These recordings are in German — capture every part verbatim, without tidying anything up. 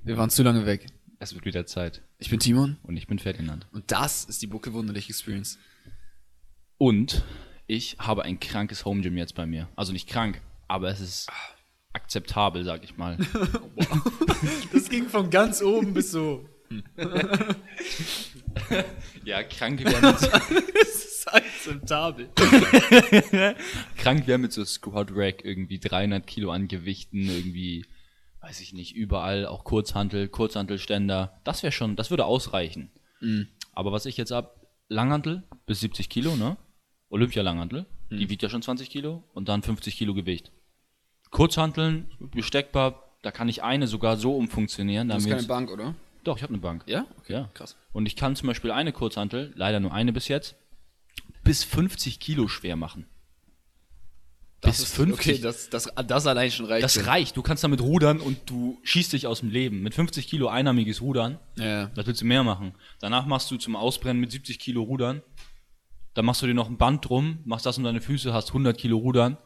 Wir waren zu lange weg. Es wird wieder Zeit. Ich bin Timon. Und ich bin Ferdinand. Und das ist die Buckelwunderlich Experience. Und ich habe ein krankes Home Gym jetzt bei mir. Also nicht krank, aber es ist akzeptabel, sag ich mal. Das ging von ganz oben bis so. Ja, krank wäre mit, Das ist akzeptabel. krank wär mit so Squat Rack irgendwie dreihundert Kilo an Gewichten, irgendwie, weiß ich nicht, überall, auch Kurzhantel, Kurzhantelständer. Das wäre schon, das würde ausreichen. Mhm. Aber was ich jetzt ab, Langhantel bis siebzig Kilo, ne? Olympia-Langhantel, Mhm. die wiegt ja schon zwanzig Kilo und dann fünfzig Kilo Gewicht. Kurzhanteln, besteckbar, da kann ich eine sogar so umfunktionieren. Du hast damit- keine Bank, oder? Doch, ich habe eine Bank. Ja? Okay, Ja. krass. Und ich kann zum Beispiel eine Kurzhantel, leider nur eine bis jetzt, bis fünfzig Kilo schwer machen. Das bis ist fünfzig. Okay, das, das, das allein schon reicht. Das reicht. Du kannst damit rudern und du schießt dich aus dem Leben. Mit fünfzig Kilo einarmiges Rudern, Ja, ja. das willst du mehr machen. Danach machst du zum Ausbrennen mit siebzig Kilo Rudern. Dann machst du dir noch ein Band drum, machst das um deine Füße, hast hundert Kilo Rudern.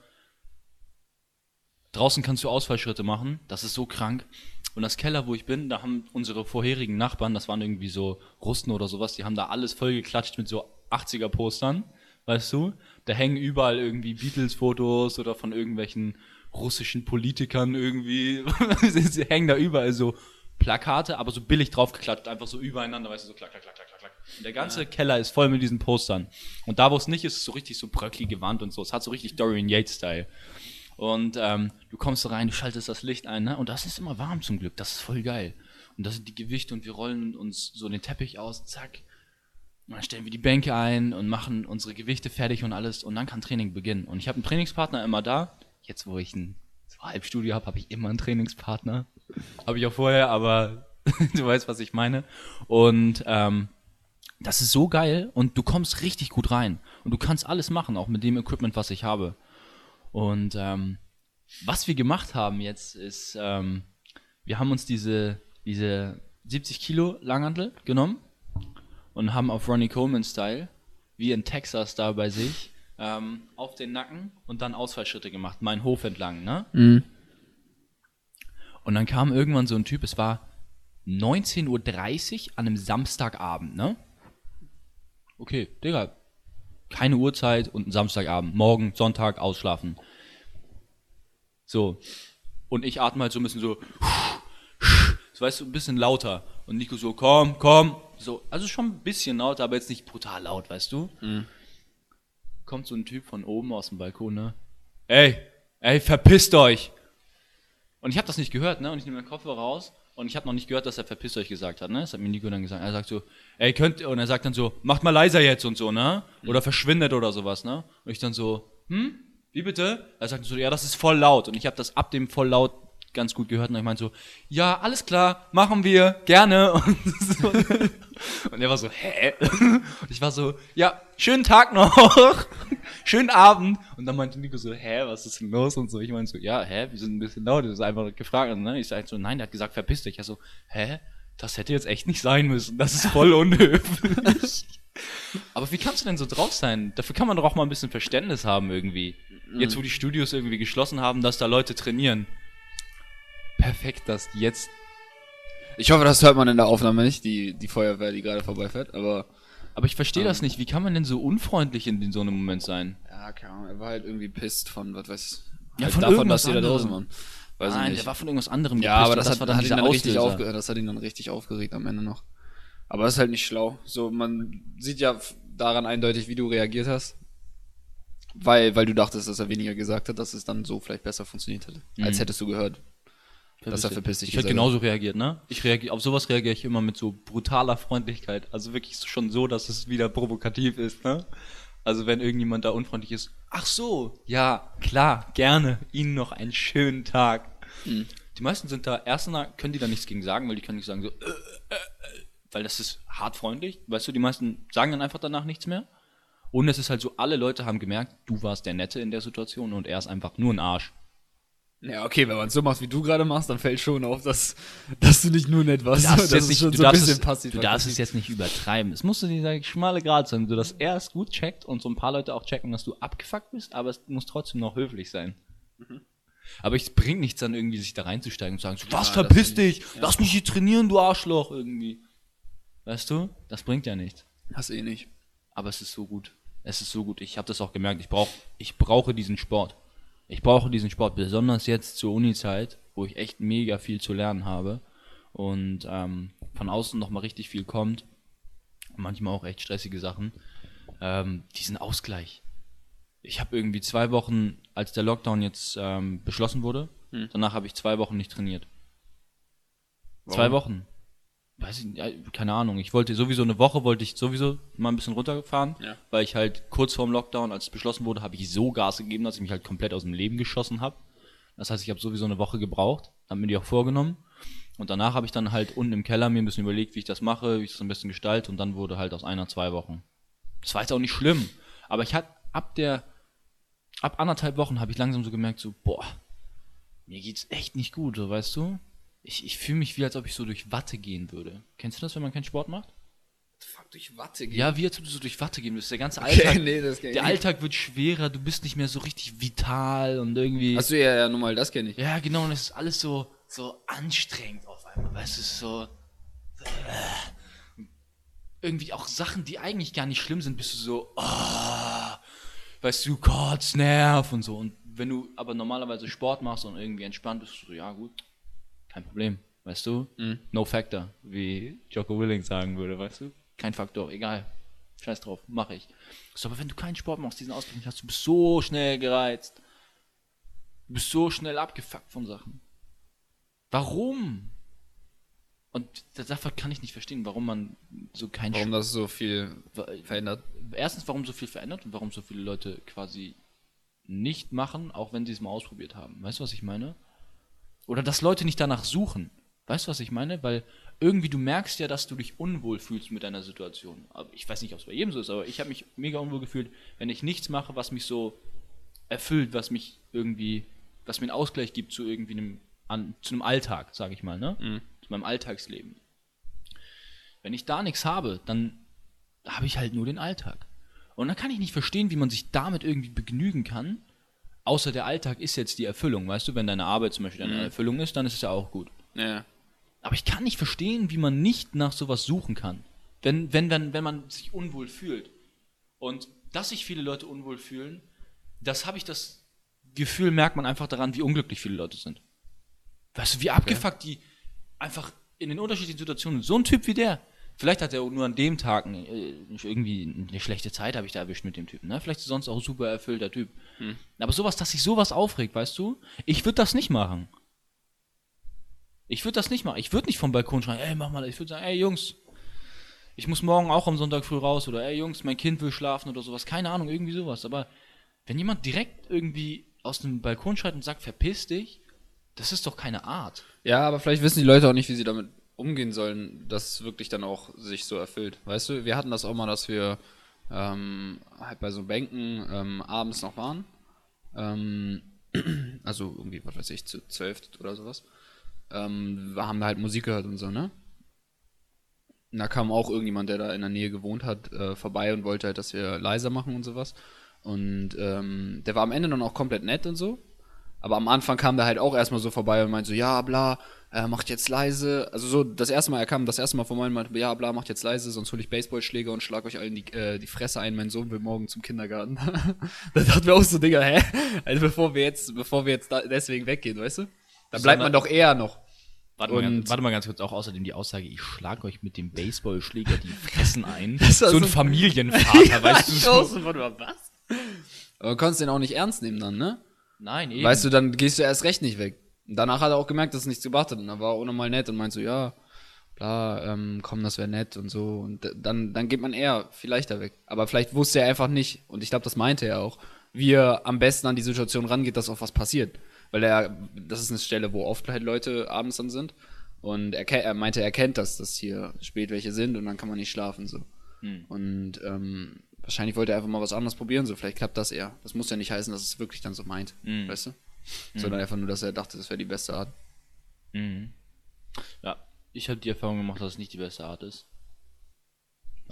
Draußen kannst du Ausfallschritte machen. Das ist so krank. Und das Keller, wo ich bin, da haben unsere vorherigen Nachbarn, das waren irgendwie so Russen oder sowas, die haben da alles vollgeklatscht mit so achtziger-Postern, weißt du? Da hängen überall irgendwie Beatles-Fotos oder von irgendwelchen russischen Politikern irgendwie. Sie hängen da überall so Plakate, aber so billig draufgeklatscht, einfach so übereinander, weißt du, so klack, klack, klack, klack, klack, klack. Und der ganze ja. Keller ist voll mit diesen Postern. Und da, wo es nicht ist, ist so richtig so bröcklige Wand und so. Es hat so richtig Dorian Yates-Style. Und ähm, du kommst da rein, du schaltest das Licht ein, ne? Und das ist immer warm zum Glück, das ist voll geil. Und das sind die Gewichte und wir rollen uns so den Teppich aus, zack. Und dann stellen wir die Bänke ein und machen unsere Gewichte fertig und alles. Und dann kann Training beginnen. Und ich habe einen Trainingspartner immer da. Jetzt, wo ich ein so Halbstudio habe, habe ich immer einen Trainingspartner. Habe ich auch vorher, aber du weißt, was ich meine. Und ähm, das ist so geil und du kommst richtig gut rein. Und du kannst alles machen, auch mit dem Equipment, was ich habe. Und ähm, was wir gemacht haben jetzt ist, ähm, wir haben uns diese, diese siebzig Kilo Langhantel genommen und haben auf Ronnie Coleman-Style, wie in Texas da bei sich, ähm, auf den Nacken und dann Ausfallschritte gemacht, meinen Hof entlang, ne? Mhm. Und dann kam irgendwann so ein Typ, es war neunzehn Uhr dreißig an einem Samstagabend, ne? Okay, Digga, keine Uhrzeit und ein Samstagabend, morgen, Sonntag, ausschlafen. So. Und ich atme halt so ein bisschen so, so weißt du, ein bisschen lauter. Und Nico so, komm, komm. So, also schon ein bisschen lauter, aber jetzt nicht brutal laut, weißt du? Mhm. Kommt so ein Typ von oben aus dem Balkon, ne? Ey, ey, verpisst euch! Und ich habe das nicht gehört, ne? Und ich nehme meinen Kopfhörer raus und ich habe noch nicht gehört, dass er verpisst euch gesagt hat, ne? Das hat mir Nico dann gesagt. Er sagt so, ey, könnt, und er sagt dann so, macht mal leiser jetzt und so, ne? Oder verschwindet oder sowas, ne? Und ich dann so, hm? Wie bitte? Er sagt so, ja, das ist voll laut. Und ich habe das ab dem voll laut ganz gut gehört und ich meinte so, ja, alles klar, machen wir, gerne. Und, so. Und er war so, hä? Und ich war so, ja, schönen Tag noch, schönen Abend. Und dann meinte Nico so, hä, was ist denn los? Und so, ich meinte so, ja, hä, wir sind ein bisschen laut. Das ist einfach gefragt. Und ne? Ich sag so, nein, der hat gesagt, verpiss dich. Ich so, hä? Das hätte jetzt echt nicht sein müssen. Das ist voll unhöflich. Aber wie kannst du denn so drauf sein? Dafür kann man doch auch mal ein bisschen Verständnis haben irgendwie. Jetzt, wo die Studios irgendwie geschlossen haben, dass da Leute trainieren. Perfekt, dass jetzt... Ich hoffe, das hört man in der Aufnahme nicht, die, die Feuerwehr, die gerade vorbeifährt, aber... Aber ich verstehe das nicht. Wie kann man denn so unfreundlich in, in so einem Moment sein? Ja, keine Ahnung, er war halt irgendwie pisst von, was weiß Ja, halt von davon, irgendwas dass die da draußen anderem. waren. Weiß ich Nein, nicht. der war von irgendwas anderem Ja, aber und das, hat, war dann hat ihn dieser dann richtig Auslöser. aufge das hat ihn dann richtig aufgeregt am Ende noch. Aber das ist halt nicht schlau. So, man sieht ja f- daran eindeutig, wie du reagiert hast. Weil, weil du dachtest, dass er weniger gesagt hat, dass es dann so vielleicht besser funktioniert hätte. Mhm. Als hättest du gehört. Dass er verpisst dich Ich hätte gesagt hat. genauso reagiert, ne? Ich reagiere, auf sowas reagiere ich immer mit so brutaler Freundlichkeit. Also wirklich schon so, dass es wieder provokativ ist, ne? Also wenn irgendjemand da unfreundlich ist, ach so, ja, klar, gerne, Ihnen noch einen schönen Tag. Mhm. Die meisten sind da, erstens können die da nichts gegen sagen, weil die können nicht sagen so, äh, äh, äh, weil das ist hart freundlich, weißt du, die meisten sagen dann einfach danach nichts mehr. Und es ist halt so, alle Leute haben gemerkt, du warst der Nette in der Situation und er ist einfach nur ein Arsch. Ja, okay, wenn man es so macht, wie du gerade machst, dann fällt schon auf, dass, dass du nicht nur nett warst. Du darfst, das jetzt ist nicht, schon du so ein darfst, bisschen es, passiv. du darfst es jetzt nicht übertreiben. Es musste dieser schmale Grat sein, so dass er es gut checkt und so ein paar Leute auch checken, dass du abgefuckt bist, aber es muss trotzdem noch höflich sein. Mhm. Aber es bringt nichts dann irgendwie, sich da reinzusteigen und zu sagen, so, was, Ja, verpiss das dich, nicht. Ja. lass mich hier trainieren, du Arschloch, irgendwie. Weißt du? Das bringt ja nichts. Das eh nicht. Aber es ist so gut. Es ist so gut. Ich habe das auch gemerkt. Ich brauch, ich brauche diesen Sport. Ich brauche diesen Sport, besonders jetzt zur Uni-Zeit, wo ich echt mega viel zu lernen habe und ähm, von außen nochmal richtig viel kommt. Manchmal auch echt stressige Sachen. Ähm, diesen Ausgleich. Ich habe irgendwie zwei Wochen, als der Lockdown jetzt ähm, beschlossen wurde, hm. danach habe ich zwei Wochen nicht trainiert. Warum? Zwei Wochen. Weiß ich nicht, ja, keine Ahnung. Ich wollte sowieso eine Woche, wollte ich sowieso mal ein bisschen runterfahren, ja. weil ich halt kurz vorm Lockdown, als es beschlossen wurde, habe ich so Gas gegeben, dass ich mich halt komplett aus dem Leben geschossen habe. Das heißt, ich habe sowieso eine Woche gebraucht, habe mir die auch vorgenommen. Und danach habe ich dann halt unten im Keller mir ein bisschen überlegt, wie ich das mache, wie ich das am besten gestalte. Und dann wurde halt aus einer zwei Wochen. Das war jetzt auch nicht schlimm. Aber ich hatte ab der, ab anderthalb Wochen habe ich langsam so gemerkt, so, boah, mir geht's echt nicht gut, so, weißt du? Ich, ich fühle mich wie, als ob ich so durch Watte gehen würde. Kennst du das, wenn man keinen Sport macht? Fuck, durch Watte gehen? Ja, wie als ob du so durch Watte gehen würdest. Der ganze Alltag, okay, nee, das kenn ich der nicht. Alltag wird schwerer, du bist nicht mehr so richtig vital und irgendwie... Achso, ja, ja, normal, das kenne ich. Ja, genau, und es ist alles so, so anstrengend auf einmal, weißt du, so... Irgendwie auch Sachen, die eigentlich gar nicht schlimm sind, bist du so, oh, weißt du, Kotznerv und so. Und wenn du aber normalerweise Sport machst und irgendwie entspannt bist, so, ja gut, kein Problem, weißt du? Mm. No factor, wie Jocko Willink sagen würde, weißt du? Kein Faktor, egal. Scheiß drauf, mache ich. So, aber wenn du keinen Sport machst, diesen Ausgleich hast, du bist so schnell gereizt. Du bist so schnell abgefuckt von Sachen. Warum? Und dafür kann ich nicht verstehen, warum man so keinen Warum das so viel verändert. Erstens, warum so viel verändert und warum so viele Leute quasi nicht machen, auch wenn sie es mal ausprobiert haben. Weißt du, was ich meine? Oder dass Leute nicht danach suchen. Weißt du, was ich meine? Weil irgendwie du merkst ja, dass du dich unwohl fühlst mit deiner Situation. Aber ich weiß nicht, ob es bei jedem so ist, aber ich habe mich mega unwohl gefühlt, wenn ich nichts mache, was mich so erfüllt, was mich irgendwie, was mir einen Ausgleich gibt zu irgendwie einem, an, zu einem Alltag, sage ich mal, ne? Mhm. Zu meinem Alltagsleben. Wenn ich da nichts habe, dann habe ich halt nur den Alltag. Und dann kann ich nicht verstehen, wie man sich damit irgendwie begnügen kann, außer der Alltag ist jetzt die Erfüllung, weißt du, wenn deine Arbeit zum Beispiel eine mhm. Erfüllung ist, dann ist es ja auch gut. Ja. Aber ich kann nicht verstehen, wie man nicht nach sowas suchen kann, wenn, wenn, wenn, wenn man sich unwohl fühlt. Und dass sich viele Leute unwohl fühlen, das habe ich das Gefühl, merkt man einfach daran, wie unglücklich viele Leute sind. Weißt du, wie abgefuckt die einfach in den unterschiedlichen Situationen, so ein Typ wie der, vielleicht hat er nur an dem Tag eine, irgendwie eine schlechte Zeit, habe ich da erwischt mit dem Typen, ne? Vielleicht ist er sonst auch ein super erfüllter Typ. Hm. Aber sowas, dass sich sowas aufregt, weißt du, ich würde das nicht machen. Ich würde das nicht machen. Ich würde nicht vom Balkon schreien, ey, mach mal, ich würde sagen, ey, Jungs, ich muss morgen auch am Sonntag früh raus oder ey, Jungs, mein Kind will schlafen oder sowas, keine Ahnung, irgendwie sowas. Aber wenn jemand direkt irgendwie aus dem Balkon schreit und sagt, verpiss dich, das ist doch keine Art. Ja, aber vielleicht wissen die Leute auch nicht, wie sie damit umgehen sollen, dass es wirklich dann auch sich so erfüllt. Weißt du, wir hatten das auch mal, dass wir ähm, halt bei so Bänken ähm, abends noch waren. Ähm, also irgendwie, was weiß ich, zu zwölf oder sowas. Ähm, wir haben halt Musik gehört und so, ne? Und da kam auch irgendjemand, der da in der Nähe gewohnt hat, äh, vorbei und wollte halt, dass wir leiser machen und sowas. Und ähm, der war am Ende dann auch komplett nett und so. Aber am Anfang kam der halt auch erstmal so vorbei und meinte so, ja, bla, äh, macht jetzt leise. Also so, das erste Mal, er kam das erste Mal vorbei und meinte, ja, bla, macht jetzt leise, sonst hole ich Baseballschläger und schlag euch allen die, äh, die Fresse ein, mein Sohn will morgen zum Kindergarten. Da dachten wir auch so, Digga, hä? Also bevor wir jetzt, bevor wir jetzt da deswegen weggehen, weißt du? Da bleibt man doch eher noch. Warte mal, ganz, warte mal ganz kurz, auch außerdem die Aussage, ich schlag euch mit dem Baseballschläger die Fressen ein. So ein so Familienvater, ja, weißt du so. so. Warte mal, was? Aber du konntest den auch nicht ernst nehmen dann, ne? Nein, eben. Weißt du, dann gehst du erst recht nicht weg. Und danach hat er auch gemerkt, dass es nichts gebracht hat. Und dann war er auch nochmal nett und meint so, ja, bla, ähm, komm, das wäre nett und so. Und dann, dann geht man eher viel leichter weg. Aber vielleicht wusste er einfach nicht, und ich glaube, das meinte er auch, wie er am besten an die Situation rangeht, dass auch was passiert. Weil er, das ist eine Stelle, wo oft halt Leute abends dann sind. Und er, er meinte, er kennt das, dass hier spät welche sind und dann kann man nicht schlafen, so. Hm. Und, ähm, wahrscheinlich wollte er einfach mal was anderes probieren, so vielleicht klappt das eher. Das muss ja nicht heißen, dass es wirklich dann so meint, mhm. weißt du? Mhm. Sondern einfach nur, dass er dachte, das wäre die beste Art. Mhm. Ja, ich habe die Erfahrung gemacht, dass es nicht die beste Art ist.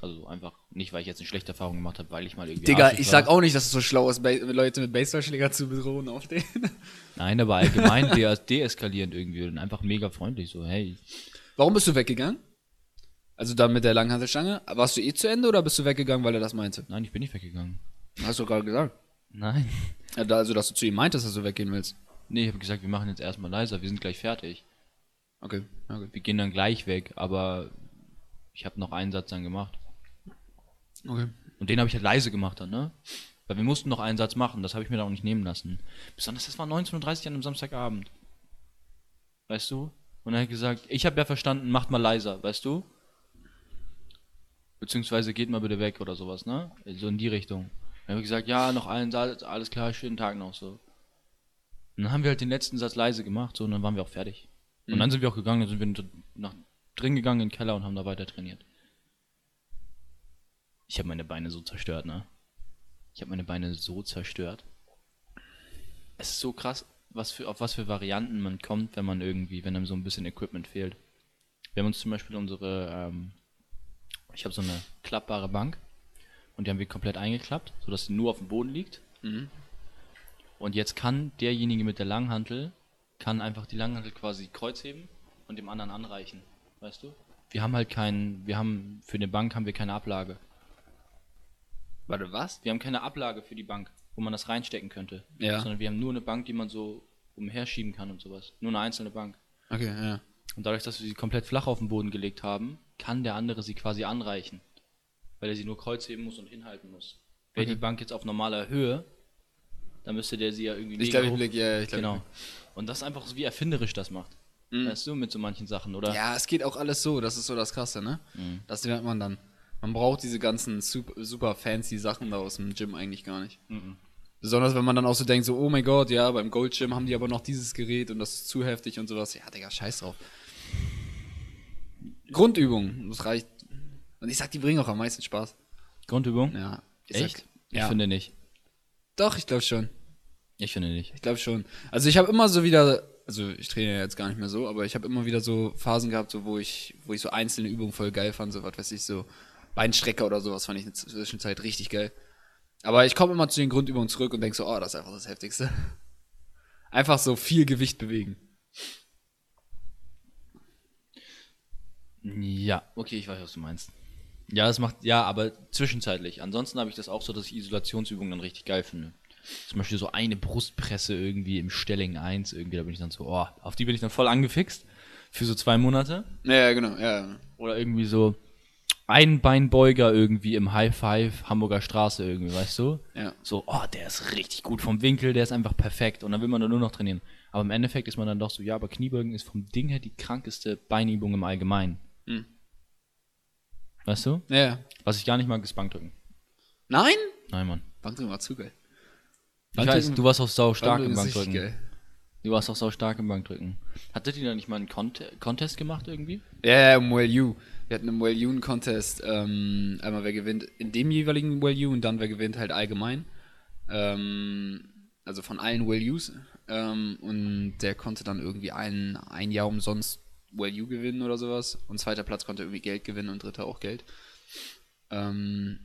Also einfach nicht, weil ich jetzt eine schlechte Erfahrung gemacht habe, weil ich mal irgendwie Digga, arschig ich war. sag auch nicht, dass es so schlau ist, Ba- Leute mit Baseballschläger zu bedrohen auf den. Nein, aber allgemein de- deeskalierend irgendwie und einfach mega freundlich. So, hey, Warum bist du weggegangen? Also dann mit der Langhantelstange. Warst du eh zu Ende oder bist du weggegangen, weil er das meinte? nein, ich bin nicht weggegangen. Hast du gerade gesagt. Nein. Ja, da- also, dass du zu ihm meintest, dass du weggehen willst. Nee, ich habe gesagt, wir machen jetzt erstmal leiser, wir sind gleich fertig. Okay, okay. Wir gehen dann gleich weg, aber ich habe noch einen Satz dann gemacht. Okay. Und den habe ich halt leise gemacht dann, ne? Weil wir mussten noch einen Satz machen, das habe ich mir dann auch nicht nehmen lassen. Besonders, das war neunzehn Uhr dreißig an einem Samstagabend. Weißt du? Und er hat gesagt, ich habe ja verstanden, macht mal leiser, weißt du? Beziehungsweise geht mal bitte weg oder sowas, ne? So in die Richtung. Dann habe ich gesagt, ja, noch einen Satz, alles klar, schönen Tag noch, so. Und dann haben wir halt den letzten Satz leise gemacht, so, und dann waren wir auch fertig. Und Mhm. dann sind wir auch gegangen, dann sind wir nach drin gegangen in den Keller und haben da weiter trainiert. Ich habe meine Beine so zerstört, ne? Ich habe meine Beine so zerstört. Es ist so krass, was für, auf was für Varianten man kommt, wenn man irgendwie, wenn einem so ein bisschen Equipment fehlt. Wir haben uns zum Beispiel unsere, ähm, ich habe so eine klappbare Bank und die haben wir komplett eingeklappt, sodass sie nur auf dem Boden liegt. Mhm. Und jetzt kann derjenige mit der Langhantel, kann einfach die Langhantel quasi kreuzheben und dem anderen anreichen, weißt du? Wir haben halt keinen, wir haben, für eine Bank haben wir keine Ablage. Warte, was? Wir haben keine Ablage für die Bank, wo man das reinstecken könnte. Ja. Sondern wir haben nur eine Bank, die man so umherschieben kann und sowas. Nur eine einzelne Bank. Okay, ja. Und dadurch, dass wir sie komplett flach auf den Boden gelegt haben, kann der andere sie quasi anreichen. Weil er sie nur kreuzheben muss und hinhalten muss. Wäre Okay. die Bank jetzt auf normaler Höhe, dann müsste der sie ja irgendwie Ich mega glaube, ich hoch- blick, ja, ich glaube. Genau. Und das ist einfach so, wie erfinderisch das macht. Mhm. Weißt du, mit so manchen Sachen, oder? Ja, es geht auch alles so, das ist so das Krasse, ne? Mhm. Das lernt man dann. Man braucht diese ganzen super, super fancy Sachen da aus dem Gym eigentlich gar nicht. Mhm. Besonders wenn man dann auch so denkt, so, oh mein Gott, ja, beim Gold Gym haben die aber noch dieses Gerät und das ist zu heftig und sowas. Ja, Digga, scheiß drauf. Grundübungen, das reicht. Und ich sag, die bringen auch am meisten Spaß. Grundübung? Ja. Ich Echt? Sag, Ich ja. finde nicht. Doch, ich glaube schon. Ich finde nicht. Ich glaube schon. Also ich habe immer so wieder, also ich trainiere ja jetzt gar nicht mehr so, aber ich habe immer wieder so Phasen gehabt, so wo ich, wo ich so einzelne Übungen voll geil fand, so was weiß ich, so Beinstrecker oder sowas fand ich in der Zwischenzeit richtig geil. Aber ich komme immer zu den Grundübungen zurück und denke so, oh, das ist einfach das Heftigste. Einfach so viel Gewicht bewegen. Ja, okay, ich weiß, was du meinst. Ja, das macht, ja, aber zwischenzeitlich. Ansonsten habe ich das auch so, dass ich Isolationsübungen dann richtig geil finde. Zum Beispiel so eine Brustpresse irgendwie im Stelling eins irgendwie, da bin ich dann so, oh, auf die bin ich dann voll angefixt. Für so zwei Monate. Ja, ja, genau, ja. Oder irgendwie so ein Beinbeuger irgendwie im High Five Hamburger Straße irgendwie, weißt du? Ja. So, oh, der ist richtig gut vom Winkel, der ist einfach perfekt. Und dann will man dann nur noch trainieren. Aber im Endeffekt ist man dann doch so, ja, aber Kniebeugen ist vom Ding her die krankeste Beinübung im Allgemeinen. Hm. Weißt du? Ja, ja. Was ich gar nicht mag, ist Bankdrücken. Nein? Nein, Mann. Bankdrücken war zu geil. Ich weiß, du warst auch sau stark im Bankdrücken ist richtig Bankdrücken. geil. Du warst auch sau stark im Bankdrücken. Hattet ihr da nicht mal einen Cont- Contest gemacht irgendwie? Ja, ja, im Well U. Wir hatten im Well U einen Contest, ähm, einmal wer gewinnt in dem jeweiligen Well U und dann wer gewinnt halt allgemein. Ähm, also von allen Well Us. Ähm, und der konnte dann irgendwie ein, ein Jahr umsonst Well U gewinnen oder sowas. Und zweiter Platz konnte irgendwie Geld gewinnen und dritter auch Geld. Ähm,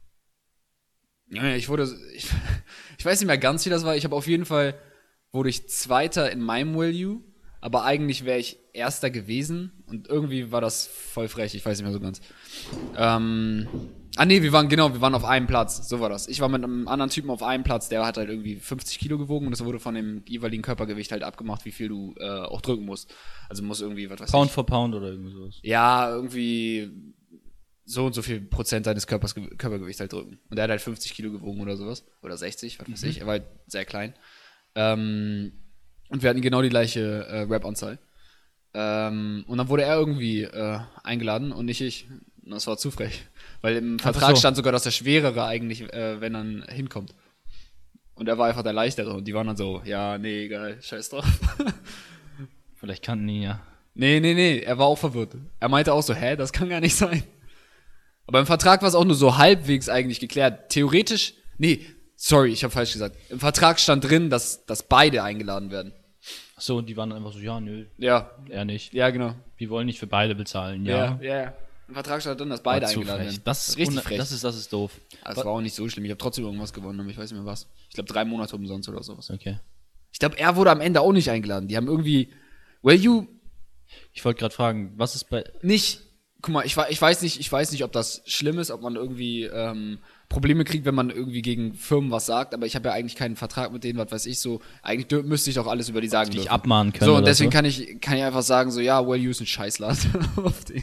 ja, ich wurde, ich, ich weiß nicht mehr ganz, wie das war. Ich habe auf jeden Fall, wurde ich Zweiter in meinem Well U, aber eigentlich wäre ich Erster gewesen und irgendwie war das voll frech, ich weiß nicht mehr so ganz. Ähm, ah nee, wir waren, genau, wir waren auf einem Platz, so war das. Ich war mit einem anderen Typen auf einem Platz, der hat halt irgendwie fünfzig Kilo gewogen und das wurde von dem jeweiligen Körpergewicht halt abgemacht, wie viel du äh, auch drücken musst. Also muss irgendwie, was weiß Pound ich. for Pound oder irgendwie sowas. Ja, irgendwie so und so viel Prozent seines Körpers, Körpergewicht halt drücken. Und er hat halt fünfzig Kilo gewogen oder sowas. Oder sechzig, was weiß ich. Er war halt sehr klein. Ähm, und wir hatten genau die gleiche äh, Rap-Anzahl. Ähm, und dann wurde er irgendwie äh, eingeladen und nicht ich. Und das war zu frech. Weil im Vertrag so. stand sogar, dass der Schwerere eigentlich, äh, wenn dann hinkommt. Und er war einfach der Leichtere. Und die waren dann so, ja, nee, egal, scheiß drauf. Vielleicht kannten die ja. Nee, nee, nee, er war auch verwirrt. Er meinte auch so, hä, das kann gar nicht sein. Aber im Vertrag war es auch nur so halbwegs eigentlich geklärt. Theoretisch, nee, sorry, ich habe falsch gesagt. Im Vertrag stand drin, dass, dass beide eingeladen werden. Achso, und die waren einfach so, ja, nö, Ja, er nicht. ja, genau. Wir wollen nicht für beide bezahlen, ja. ja. Im Vertrag stand drin, dass beide War zu eingeladen frech. werden. Das ist richtig un- frech. Das ist, das ist doof. Aber es war auch nicht so schlimm. Ich habe trotzdem irgendwas gewonnen, aber ich weiß nicht mehr was. Ich glaube, drei Monate umsonst oder sowas. Okay. Ich glaube, er wurde am Ende auch nicht eingeladen. Die haben irgendwie, well, you Ich wollte gerade fragen, was ist bei. nicht, guck mal, ich, wa- ich weiß nicht, ich weiß nicht, ob das schlimm ist, ob man irgendwie ähm, Probleme kriegt, wenn man irgendwie gegen Firmen was sagt, aber ich habe ja eigentlich keinen Vertrag mit denen, was weiß ich so. Eigentlich dür- müsste ich doch alles über die sagen dich dürfen. abmahnen können So, und oder deswegen so? kann ich, kann ich einfach sagen, so, ja, well, you ist ein Scheißladen auf den.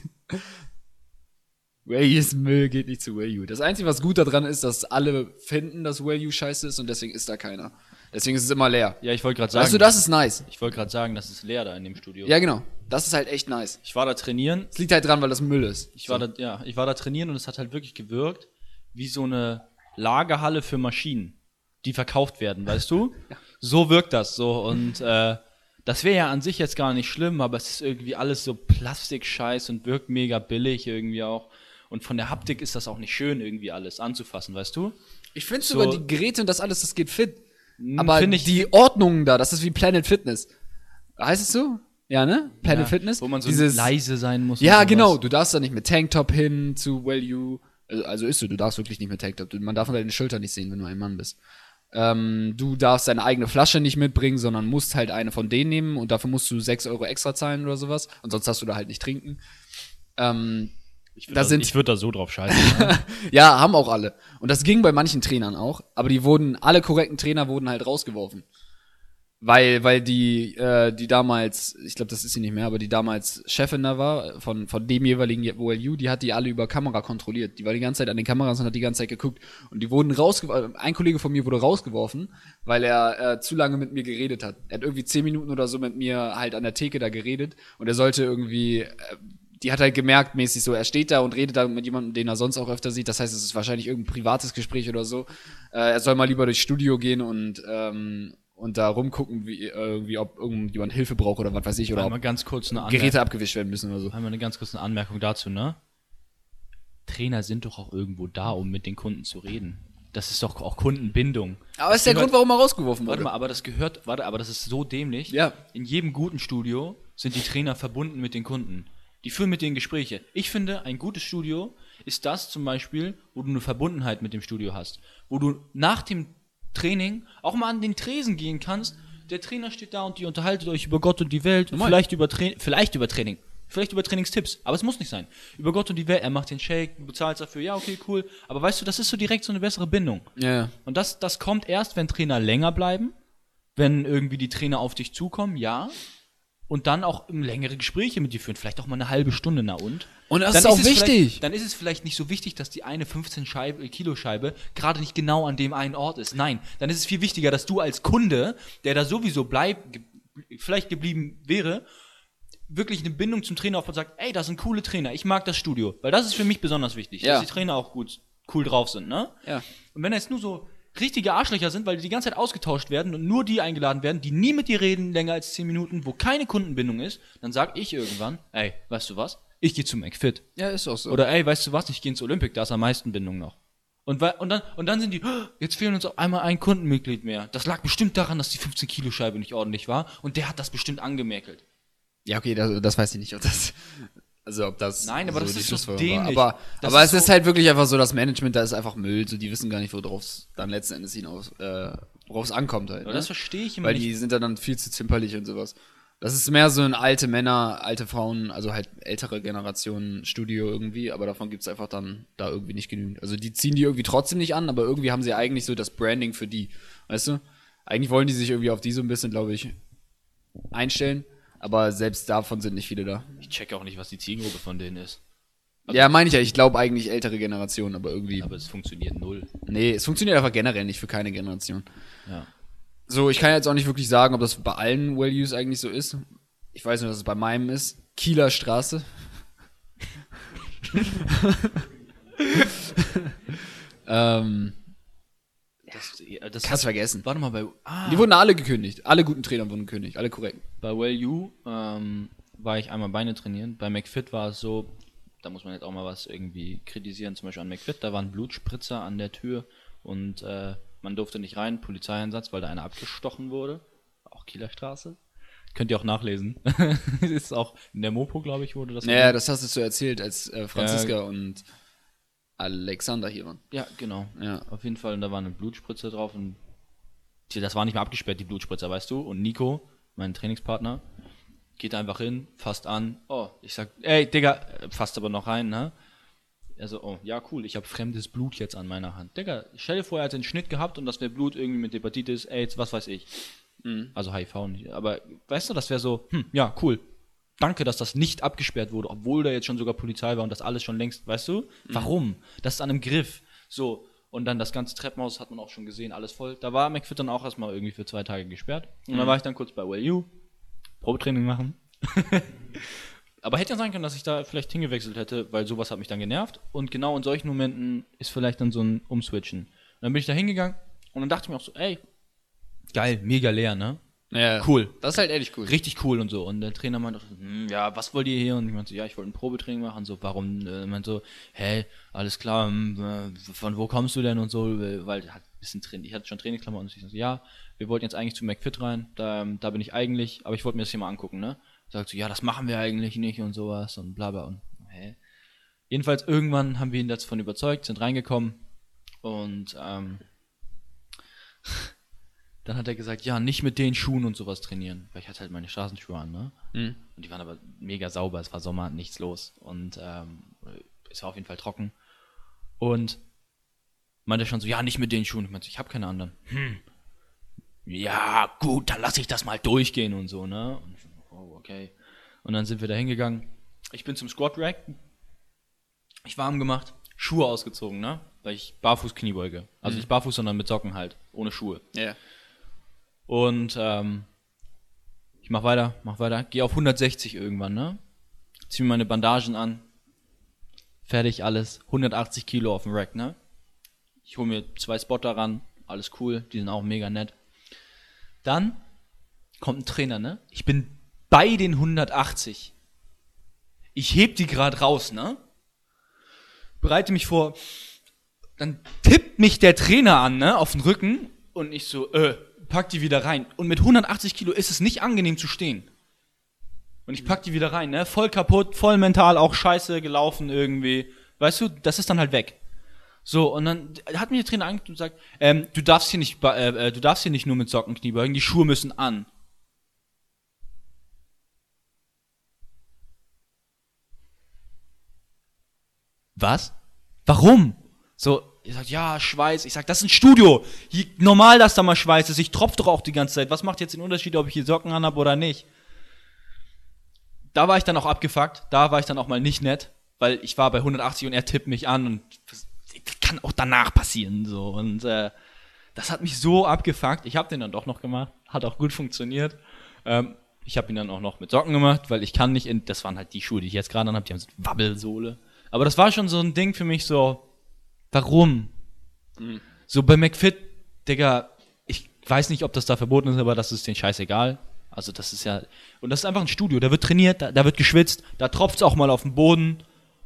Well, you ist Müll, geht nicht zu Well, you. Das Einzige, was gut daran ist, dass alle finden, dass Well, you scheiße ist und deswegen ist da keiner. Deswegen ist es immer leer. Ja, ich wollte gerade sagen. Weißt du, das ist nice. Ich wollte gerade sagen, das ist leer da in dem Studio. Ja, genau. Das ist halt echt nice. Ich war da trainieren. Es liegt halt dran, weil das Müll ist. Ich war da, ja, ich war da trainieren und es hat halt wirklich gewirkt wie so eine Lagerhalle für Maschinen, die verkauft werden, weißt du? So wirkt das so und äh, das wäre ja an sich jetzt gar nicht schlimm, aber es ist irgendwie alles so Plastikscheiß und wirkt mega billig irgendwie auch. Und von der Haptik ist das auch nicht schön, irgendwie alles anzufassen, weißt du? Ich finde So- sogar die Geräte und das alles, das geht fit. Hm, Aber find ich- die Ordnungen da, das ist wie Planet Fitness. Heißt es so? Ja, ne? Planet Ja, Fitness? Wo man so Dieses, leise sein muss. Ja, und sowas. genau. Du darfst da nicht mit Tanktop hin zu Well You. Also, also ist so, du darfst wirklich nicht mit Tanktop. Du- Man darf deine Schulter nicht sehen, wenn du ein Mann bist. Ähm, du darfst deine eigene Flasche nicht mitbringen, sondern musst halt eine von denen nehmen und dafür musst du sechs Euro extra zahlen oder sowas. Und sonst darfst du da halt nicht trinken. Ähm, Ich würde da da, sind- ich würd da so drauf scheißen. Ne? Ja, haben auch alle. Und das ging bei manchen Trainern auch, aber die wurden, alle korrekten Trainer wurden halt rausgeworfen. Weil, weil die, äh, die damals, ich glaube, das ist sie nicht mehr, aber die damals Chefin da war, von, von dem jeweiligen O L U, die hat die alle über Kamera kontrolliert. Die war die ganze Zeit an den Kameras und hat die ganze Zeit geguckt. Und die wurden rausgeworfen, ein Kollege von mir wurde rausgeworfen, weil er äh, zu lange mit mir geredet hat. Er hat irgendwie zehn Minuten oder so mit mir halt an der Theke da geredet und er sollte irgendwie, äh, die hat halt gemerkt, mäßig so, er steht da und redet da mit jemandem, den er sonst auch öfter sieht. Das heißt, es ist wahrscheinlich irgendein privates Gespräch oder so. Äh, er soll mal lieber durchs Studio gehen und, ähm, und da rumgucken, wie, irgendwie, ob irgendjemand Hilfe braucht oder was weiß ich, oder Einmal ob ganz kurz eine Geräte Anmerkung. abgewischt werden müssen oder so. Einmal eine ganz kurze Anmerkung dazu, ne? Trainer sind doch auch irgendwo da, um mit den Kunden zu reden. Das ist doch auch Kundenbindung. Aber das ist der gehört- Grund, warum er rausgeworfen Warte wurde. mal, aber das gehört, warte, aber das ist so dämlich. Ja. In jedem guten Studio sind die Trainer verbunden mit den Kunden. Die führen mit denen Gespräche. Ich finde, ein gutes Studio ist das zum Beispiel, wo du eine Verbundenheit mit dem Studio hast. Wo du nach dem Training auch mal an den Tresen gehen kannst. Der Trainer steht da und die unterhaltet euch über Gott und die Welt. Normal. Vielleicht über, Tra vielleicht über Training. Vielleicht über Trainingstipps. Aber es muss nicht sein. Über Gott und die Welt. Er macht den Shake, du bezahlst dafür. Ja, okay, cool. Aber weißt du, das ist so direkt so eine bessere Bindung. Ja, ja. Und das, das kommt erst, wenn Trainer länger bleiben, wenn irgendwie die Trainer auf dich zukommen, ja. Und dann auch längere Gespräche mit dir führen, vielleicht auch mal eine halbe Stunde, na und? Und das Dann ist auch es wichtig. vielleicht- Dann ist es vielleicht nicht so wichtig, dass die eine fünfzehn Kilo Scheibe gerade nicht genau an dem einen Ort ist. Nein, dann ist es viel wichtiger, dass du als Kunde, der da sowieso bleibt, ge vielleicht geblieben wäre, wirklich eine Bindung zum Trainer aufbaut und sagt, ey, das sind coole Trainer, ich mag das Studio. Weil das ist für mich besonders wichtig, Ja. dass die Trainer auch gut, cool drauf sind, ne? Ja. Und wenn jetzt nur so richtige Arschlöcher sind, weil die die ganze Zeit ausgetauscht werden und nur die eingeladen werden, die nie mit dir reden, länger als zehn Minuten, wo keine Kundenbindung ist, dann sag ich irgendwann, ey, weißt du was? Ich gehe zum McFit. Ja, ist auch so. Oder ey, weißt du was? Ich gehe ins Olympic, da ist am meisten Bindung noch. Und, wei- und, dann, und dann sind die, "Oh, jetzt fehlen uns auf einmal ein Kundenmitglied mehr. Das lag bestimmt daran, dass die fünfzehn Kilo Scheibe nicht ordentlich war und der hat das bestimmt angemäkelt. Ja, okay, das, das weiß ich nicht, ob das. Also ob das. Nein, aber das die ist so Schlussfolgerung war. dämlich. Aber, Das aber ist es ist so- halt wirklich einfach so, das Management da ist einfach Müll. So, die wissen gar nicht, worauf es dann letzten Endes hinaus, äh, worauf es ankommt halt. Aber ne? das verstehe ich immer Weil nicht. die sind da dann viel zu zimperlich und sowas. Das ist mehr so ein alte Männer, alte Frauen, also halt ältere Generationen Studio irgendwie, aber davon gibt's einfach dann da irgendwie nicht genügend. Also die ziehen die irgendwie trotzdem nicht an, aber irgendwie haben sie eigentlich so das Branding für die, weißt du? Eigentlich wollen die sich irgendwie auf die so ein bisschen, glaube ich, einstellen, aber selbst davon sind nicht viele da. Ich check auch nicht, was die Zielgruppe von denen ist. Ja, meine ich ja, ich glaube eigentlich ältere Generationen, aber irgendwie, Aber es funktioniert null. nee, es funktioniert einfach generell nicht für keine Generation. Ja. So, ich kann jetzt auch nicht wirklich sagen, ob das bei allen Well-Use eigentlich so ist. Ich weiß nur, dass es bei meinem ist. Kieler Straße. ähm, Das, ja, das kannst hat, vergessen. warte mal, bei, ah, Die wurden alle gekündigt. Alle guten Trainer wurden gekündigt. Alle korrekt. bei Well You ähm, war ich einmal Beine trainieren. Bei McFit war es so, da muss man jetzt auch mal was irgendwie kritisieren, zum Beispiel an McFit, da war ein Blutspritzer an der Tür und äh, man durfte nicht rein, Polizeieinsatz, weil da einer abgestochen wurde. Auch Kieler Straße. Könnt ihr auch nachlesen. Ist auch in der Mopo, glaube ich, wurde das. Naja, das hast du so erzählt, als äh, Franziska Ja. und Alexander hier waren. Ja, genau. Ja. Auf jeden Fall, und da war eine Blutspritze drauf und die, das war nicht mehr abgesperrt, die Blutspritze, weißt du? Und Nico, mein Trainingspartner, geht einfach hin, fasst an. Oh, ich sag, ey, Digga, fasst aber noch rein, ne? Er so, oh, ja, cool, ich habe fremdes Blut jetzt an meiner Hand. Digga, stell dir vor, er hat einen Schnitt gehabt und das wäre Blut irgendwie mit Hepatitis, AIDS, was weiß ich. Mhm. Also H I V nicht. Aber weißt du, das wäre so, hm, ja, cool. Danke, dass das nicht abgesperrt wurde, obwohl da jetzt schon sogar Polizei war und das alles schon längst, weißt du? Mhm. Warum? Das ist an einem Griff. So, und dann das ganze Treppenhaus hat man auch schon gesehen, alles voll. Da war McFit dann auch erstmal irgendwie für zwei Tage gesperrt. Und mhm. dann war ich dann kurz bei Well You, Probetraining machen. Aber hätte ja sein können, dass ich da vielleicht hingewechselt hätte, weil sowas hat mich dann genervt. Und genau in solchen Momenten ist vielleicht dann so ein Umswitchen. Und dann bin ich da hingegangen und dann dachte ich mir auch so, ey, geil, mega leer, ne? Ja, cool. Das ist halt ehrlich cool. Richtig cool und so. Und der Trainer meinte, hm, ja, was wollt ihr hier? Und ich meinte so, ja, ich wollte ein Probetraining machen. So, warum? Er meinte so, hey, alles klar, von wo kommst du denn und so? Weil er hat ein bisschen trainiert. Ich hatte schon Trainingsklamotten und ich so, ja, wir wollten jetzt eigentlich zu McFit rein. Da, da bin ich eigentlich, aber ich wollte mir das hier mal angucken, ne? Sagt so, ja, das machen wir eigentlich nicht und sowas und bla bla und hä? Jedenfalls irgendwann haben wir ihn davon überzeugt, sind reingekommen und ähm, dann hat er gesagt, ja, nicht mit den Schuhen und sowas trainieren, weil ich hatte halt meine Straßenschuhe an, ne? Mhm. Und die waren aber mega sauber, es war Sommer, nichts los und ähm, es war auf jeden Fall trocken und meinte schon so, ja, nicht mit den Schuhen. Ich meinte, ich habe keine anderen. Hm. Ja, gut, dann lasse ich das mal durchgehen und so, ne? Und oh, okay. Und dann sind wir da hingegangen. Ich bin zum Squat Rack. Ich warm gemacht, Schuhe ausgezogen, ne? Weil ich barfuß Kniebeuge. Also mhm. nicht barfuß, sondern mit Socken halt, ohne Schuhe. Ja. Yeah. Und ähm, ich mach weiter, mach weiter. Geh auf hundertsechzig irgendwann, ne? Zieh mir meine Bandagen an. Fertig, alles. hundertachtzig Kilo auf dem Rack, ne? Ich hole mir zwei Spotter ran. Alles cool, die sind auch mega nett. Dann kommt ein Trainer, ne? Ich bin bei den hundertachtzig. Ich heb die gerade raus, ne? Bereite mich vor. Dann tippt mich der Trainer an, ne? Auf den Rücken. Und ich so, äh, pack die wieder rein. Und mit hundertachtzig Kilo ist es nicht angenehm zu stehen. Und ich pack die wieder rein, ne? Voll kaputt, voll mental, auch scheiße gelaufen irgendwie. Weißt du, das ist dann halt weg. So, und dann hat mir der Trainer angeguckt und sagt, ähm, du darfst hier nicht, äh, du darfst hier nicht nur mit Socken Knie beugen, die Schuhe müssen an. Was? Warum? So, ihr sagt, ja, Schweiß. Ich sag, das ist ein Studio. Hier, normal, dass da mal Schweiß ist. Ich tropf doch auch die ganze Zeit. Was macht jetzt den Unterschied, ob ich hier Socken an habe oder nicht? Da war ich dann auch abgefuckt. Da war ich dann auch mal nicht nett, weil ich war bei hundertachtzig und er tippt mich an und das kann auch danach passieren. So. Und äh, das hat mich so abgefuckt. Ich habe den dann doch noch gemacht. Hat auch gut funktioniert. Ähm, ich habe ihn dann auch noch mit Socken gemacht, weil ich kann nicht in, das waren halt die Schuhe, die ich jetzt gerade an habe, die haben so Wabbelsohle. Aber das war schon so ein Ding für mich so, warum? Mhm. So bei McFit, Digga, ich weiß nicht, ob das da verboten ist, aber das ist denen scheißegal. Also das ist ja, und das ist einfach ein Studio, da wird trainiert, da, da wird geschwitzt, da tropft's auch mal auf den Boden.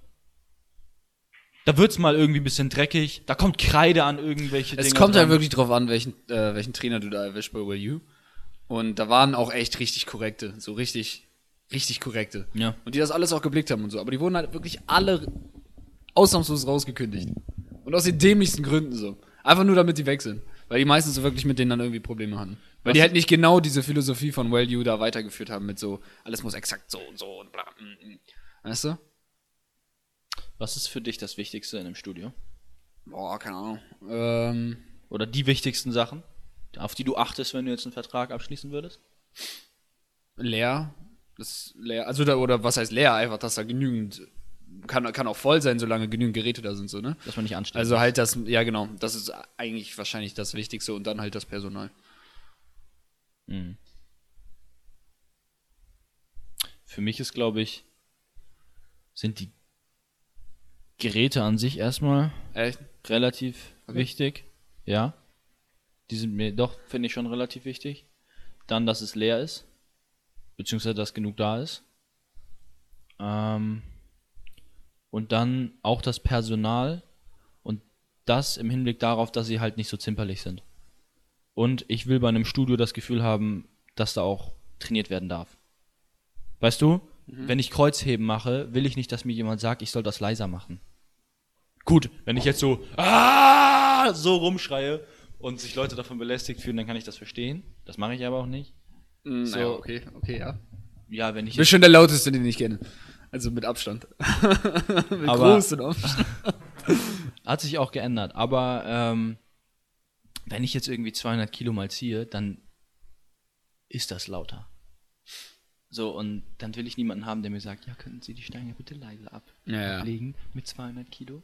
Da wird's mal irgendwie ein bisschen dreckig, da kommt Kreide an irgendwelche Dinge. Es kommt ja wirklich drauf an, welchen, äh, welchen Trainer du da erwischt bei Well You. Und da waren auch echt richtig korrekte, so richtig, richtig korrekte. Ja. Und die das alles auch geblickt haben und so. Aber die wurden halt wirklich alle ausnahmslos rausgekündigt. Und aus den dämlichsten Gründen so. Einfach nur, damit die weg sind. Weil die meistens so wirklich mit denen dann irgendwie Probleme hatten. Weil Was? die halt nicht genau diese Philosophie von Well You da weitergeführt haben mit so, alles muss exakt so und so und bla. Weißt du? Was ist für dich das Wichtigste in einem Studio? Boah, keine Ahnung. Ähm, Oder die wichtigsten Sachen, auf die du achtest, wenn du jetzt einen Vertrag abschließen würdest? Leer. Das leer. Also da, oder was heißt leer? Einfach, dass da genügend, kann, kann auch voll sein, solange genügend Geräte da sind, so, ne? Dass man nicht ansteht. Also halt das, ja genau, das ist eigentlich wahrscheinlich das Wichtigste und dann halt das Personal. Mhm. Für mich ist, glaube ich, sind die Geräte an sich erstmal Echt? relativ okay. wichtig. Ja. Die sind mir doch, finde ich, schon relativ wichtig. Dann, dass es leer ist. Beziehungsweise, dass genug da ist. Ähm, und dann auch das Personal. Und das im Hinblick darauf, dass sie halt nicht so zimperlich sind. Und ich will bei einem Studio das Gefühl haben, dass da auch trainiert werden darf. Weißt du, mhm. wenn ich Kreuzheben mache, will ich nicht, dass mir jemand sagt, ich soll das leiser machen. Gut, wenn ich jetzt so ah, so rumschreie und sich Leute davon belästigt fühlen, dann kann ich das verstehen. Das mache ich aber auch nicht. Mm, so, ja, okay, okay, ja. Ja, wenn ich du bist schon der lauteste, den ich kenne. Also mit Abstand. mit aber großem Abstand. Hat sich auch geändert. Aber ähm, wenn ich jetzt irgendwie zweihundert Kilo mal ziehe, dann ist das lauter. So, und dann will ich niemanden haben, der mir sagt, ja, könnten Sie die Steine bitte leise ab ja, ja. ablegen mit zweihundert Kilo?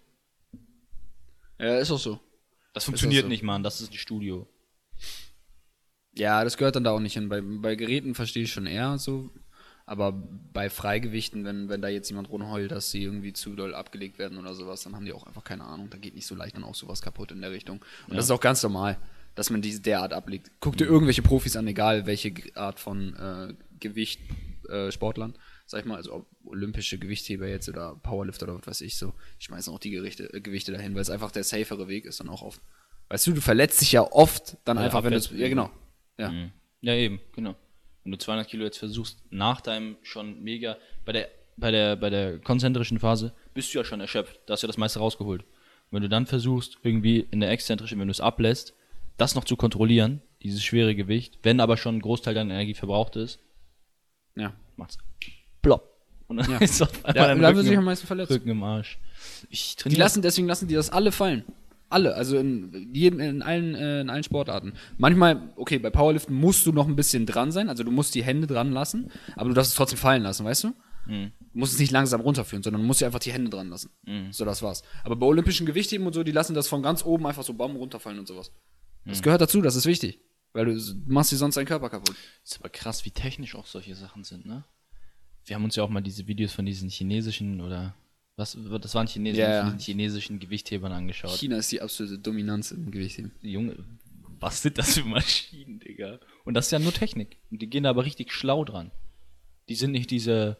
Ja, ist auch so. Das funktioniert so. nicht, Mann. Das ist ein Studio. Ja, das gehört dann da auch nicht hin. Bei, bei Geräten verstehe ich schon eher so. Aber bei Freigewichten, wenn, wenn da jetzt jemand rumheult, dass sie irgendwie zu doll abgelegt werden oder sowas, dann haben die auch einfach keine Ahnung. Da geht nicht so leicht dann auch sowas kaputt in der Richtung. Und ja. das ist auch ganz normal, dass man diese derart ablegt. Guck dir mhm. irgendwelche Profis an, egal welche Art von äh, Gewicht, äh, Sportlern, sag ich mal, also ob olympische Gewichtheber jetzt oder Powerlifter oder was weiß ich so, ich schmeiße auch die Gerichte, äh, Gewichte dahin, weil es einfach der safere Weg ist dann auch oft. Weißt du, du verletzt dich ja oft dann ja, einfach, wenn du, ja genau. Ja. Mhm. ja, eben, genau. Wenn du zweihundert Kilo jetzt versuchst, nach deinem schon mega, bei der, bei der, bei der konzentrischen Phase, bist du ja schon erschöpft, da hast du ja das meiste rausgeholt. Und wenn du dann versuchst, irgendwie in der exzentrischen, wenn du es ablässt, das noch zu kontrollieren, dieses schwere Gewicht, wenn aber schon ein Großteil deiner Energie verbraucht ist, ja, macht's plopp. Und dann ja. ist auf einmal ja, dein dann Rücken, wird sich am meisten verletzt. Rücken im Arsch. Ich die lassen, deswegen lassen die das alle fallen. Alle, also in, jedem, in, allen, äh, in allen Sportarten. Manchmal, okay, bei Powerliften musst du noch ein bisschen dran sein, also du musst die Hände dran lassen, aber du darfst es trotzdem fallen lassen, weißt du? Mhm. Du musst es nicht langsam runterführen, sondern du musst dir einfach die Hände dran lassen. Mhm. So, das war's. Aber bei olympischen Gewichtheben und so, die lassen das von ganz oben einfach so bam runterfallen und sowas. Mhm. Das gehört dazu, das ist wichtig, weil du, du machst dir sonst deinen Körper kaputt. Ist aber krass, wie technisch auch solche Sachen sind, ne? Wir haben uns ja auch mal diese Videos von diesen chinesischen oder was, das waren chinesische, ja, ja. chinesischen Gewichthebern angeschaut. China ist die absolute Dominanz im Gewichtheben. Junge, was sind das für Maschinen, Digga? Und das ist ja nur Technik. Und die gehen da aber richtig schlau dran. Die sind nicht diese,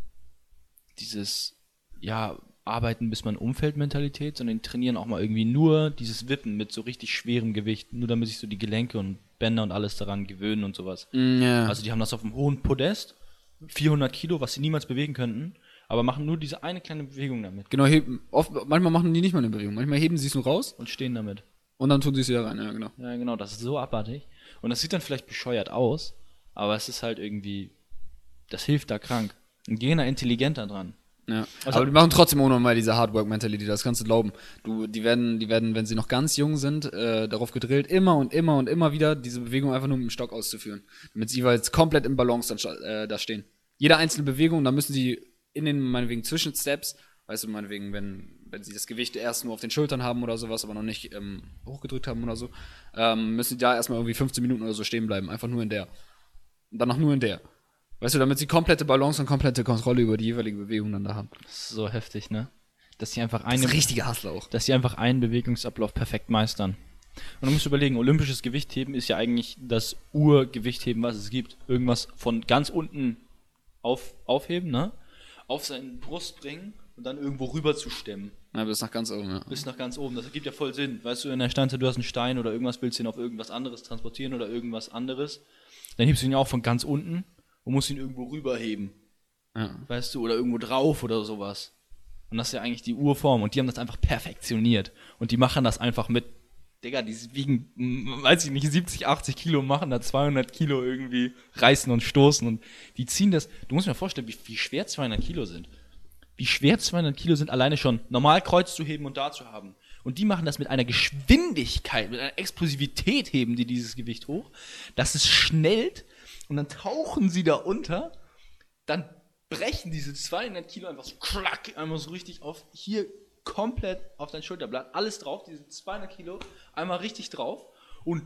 dieses, ja, arbeiten bis man umfällt Mentalität, sondern die trainieren auch mal irgendwie nur dieses Wippen mit so richtig schwerem Gewicht, nur damit sich so die Gelenke und Bänder und alles daran gewöhnen und sowas. Ja. Also die haben das auf einem hohen Podest, vierhundert Kilo, was sie niemals bewegen könnten, aber machen nur diese eine kleine Bewegung damit. Genau, heben, oft, manchmal machen die nicht mal eine Bewegung. Manchmal heben sie es nur raus. Und stehen damit. Und dann tun sie es wieder rein, ja genau. Ja genau, das ist so abartig. Und das sieht dann vielleicht bescheuert aus, aber es ist halt irgendwie, das hilft da krank. Und gehen da intelligenter dran. Ja, also, aber die machen trotzdem ohne mal diese Hardwork-Mentality, das kannst du glauben. Du, die werden, die werden, wenn sie noch ganz jung sind, äh, darauf gedrillt, immer und immer und immer wieder diese Bewegung einfach nur mit dem Stock auszuführen. Damit sie jeweils komplett im Balance dann, äh, da stehen. Jede einzelne Bewegung, dann müssen sie in den, meinetwegen, Zwischensteps, weißt du, meinetwegen, wenn, wenn sie das Gewicht erst nur auf den Schultern haben oder sowas, aber noch nicht ähm, hochgedrückt haben oder so, ähm, müssen sie da erstmal irgendwie fünfzehn Minuten oder so stehen bleiben, einfach nur in der. Und danach nur in der. Weißt du, damit sie komplette Balance und komplette Kontrolle über die jeweilige Bewegung dann da haben. Das ist so heftig, ne? Dass sie einfach einen, das ist ein richtiger Hustler auch. Dass sie einfach einen Bewegungsablauf perfekt meistern. Und du musst überlegen, olympisches Gewichtheben ist ja eigentlich das Urgewichtheben, was es gibt. Irgendwas von ganz unten auf, aufheben, ne? Auf seine Brust bringen und dann irgendwo rüber zu stemmen. Ja, bis nach ganz oben, ja. Bis nach ganz oben, das ergibt ja voll Sinn. Weißt du, in der Steinzeit, du hast einen Stein oder irgendwas, willst du ihn auf irgendwas anderes transportieren oder irgendwas anderes. Dann hebst du ihn ja auch von ganz unten und musst ihn irgendwo rüberheben. Ja. Weißt du, oder irgendwo drauf oder sowas. Und das ist ja eigentlich die Urform. Und die haben das einfach perfektioniert. Und die machen das einfach mit, Digga, die wiegen, weiß ich nicht, siebzig, achtzig Kilo, machen da zweihundert Kilo irgendwie reißen und stoßen. Und die ziehen das, du musst mir vorstellen, wie, wie schwer zweihundert Kilo sind. Wie schwer zweihundert Kilo sind, alleine schon normal Kreuz zu heben und da zu haben. Und die machen das mit einer Geschwindigkeit, mit einer Explosivität heben die dieses Gewicht hoch, dass es schnellt. Und dann tauchen sie da unter, dann brechen diese zweihundert Kilo einfach so klack, einmal so richtig auf, hier komplett auf dein Schulterblatt, alles drauf, diese zweihundert Kilo, einmal richtig drauf und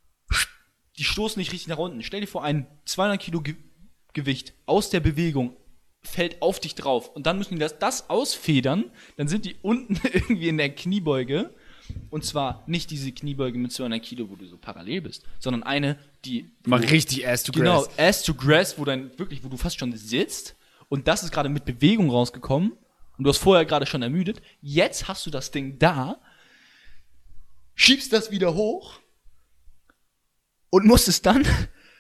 die stoßen nicht richtig nach unten. Stell dir vor, ein zweihundert Kilo Ge- Gewicht aus der Bewegung fällt auf dich drauf und dann müssen die das, das ausfedern, dann sind die unten irgendwie in der Kniebeuge. Und zwar nicht diese Kniebeuge mit zweihundert Kilo, wo du so parallel bist, sondern eine, die... Mal richtig Ass to genau, Grass. Genau, Ass to Grass, wo dann wirklich, wo du fast schon sitzt und das ist gerade mit Bewegung rausgekommen und du hast vorher gerade schon ermüdet. Jetzt hast du das Ding da, schiebst das wieder hoch und musst es dann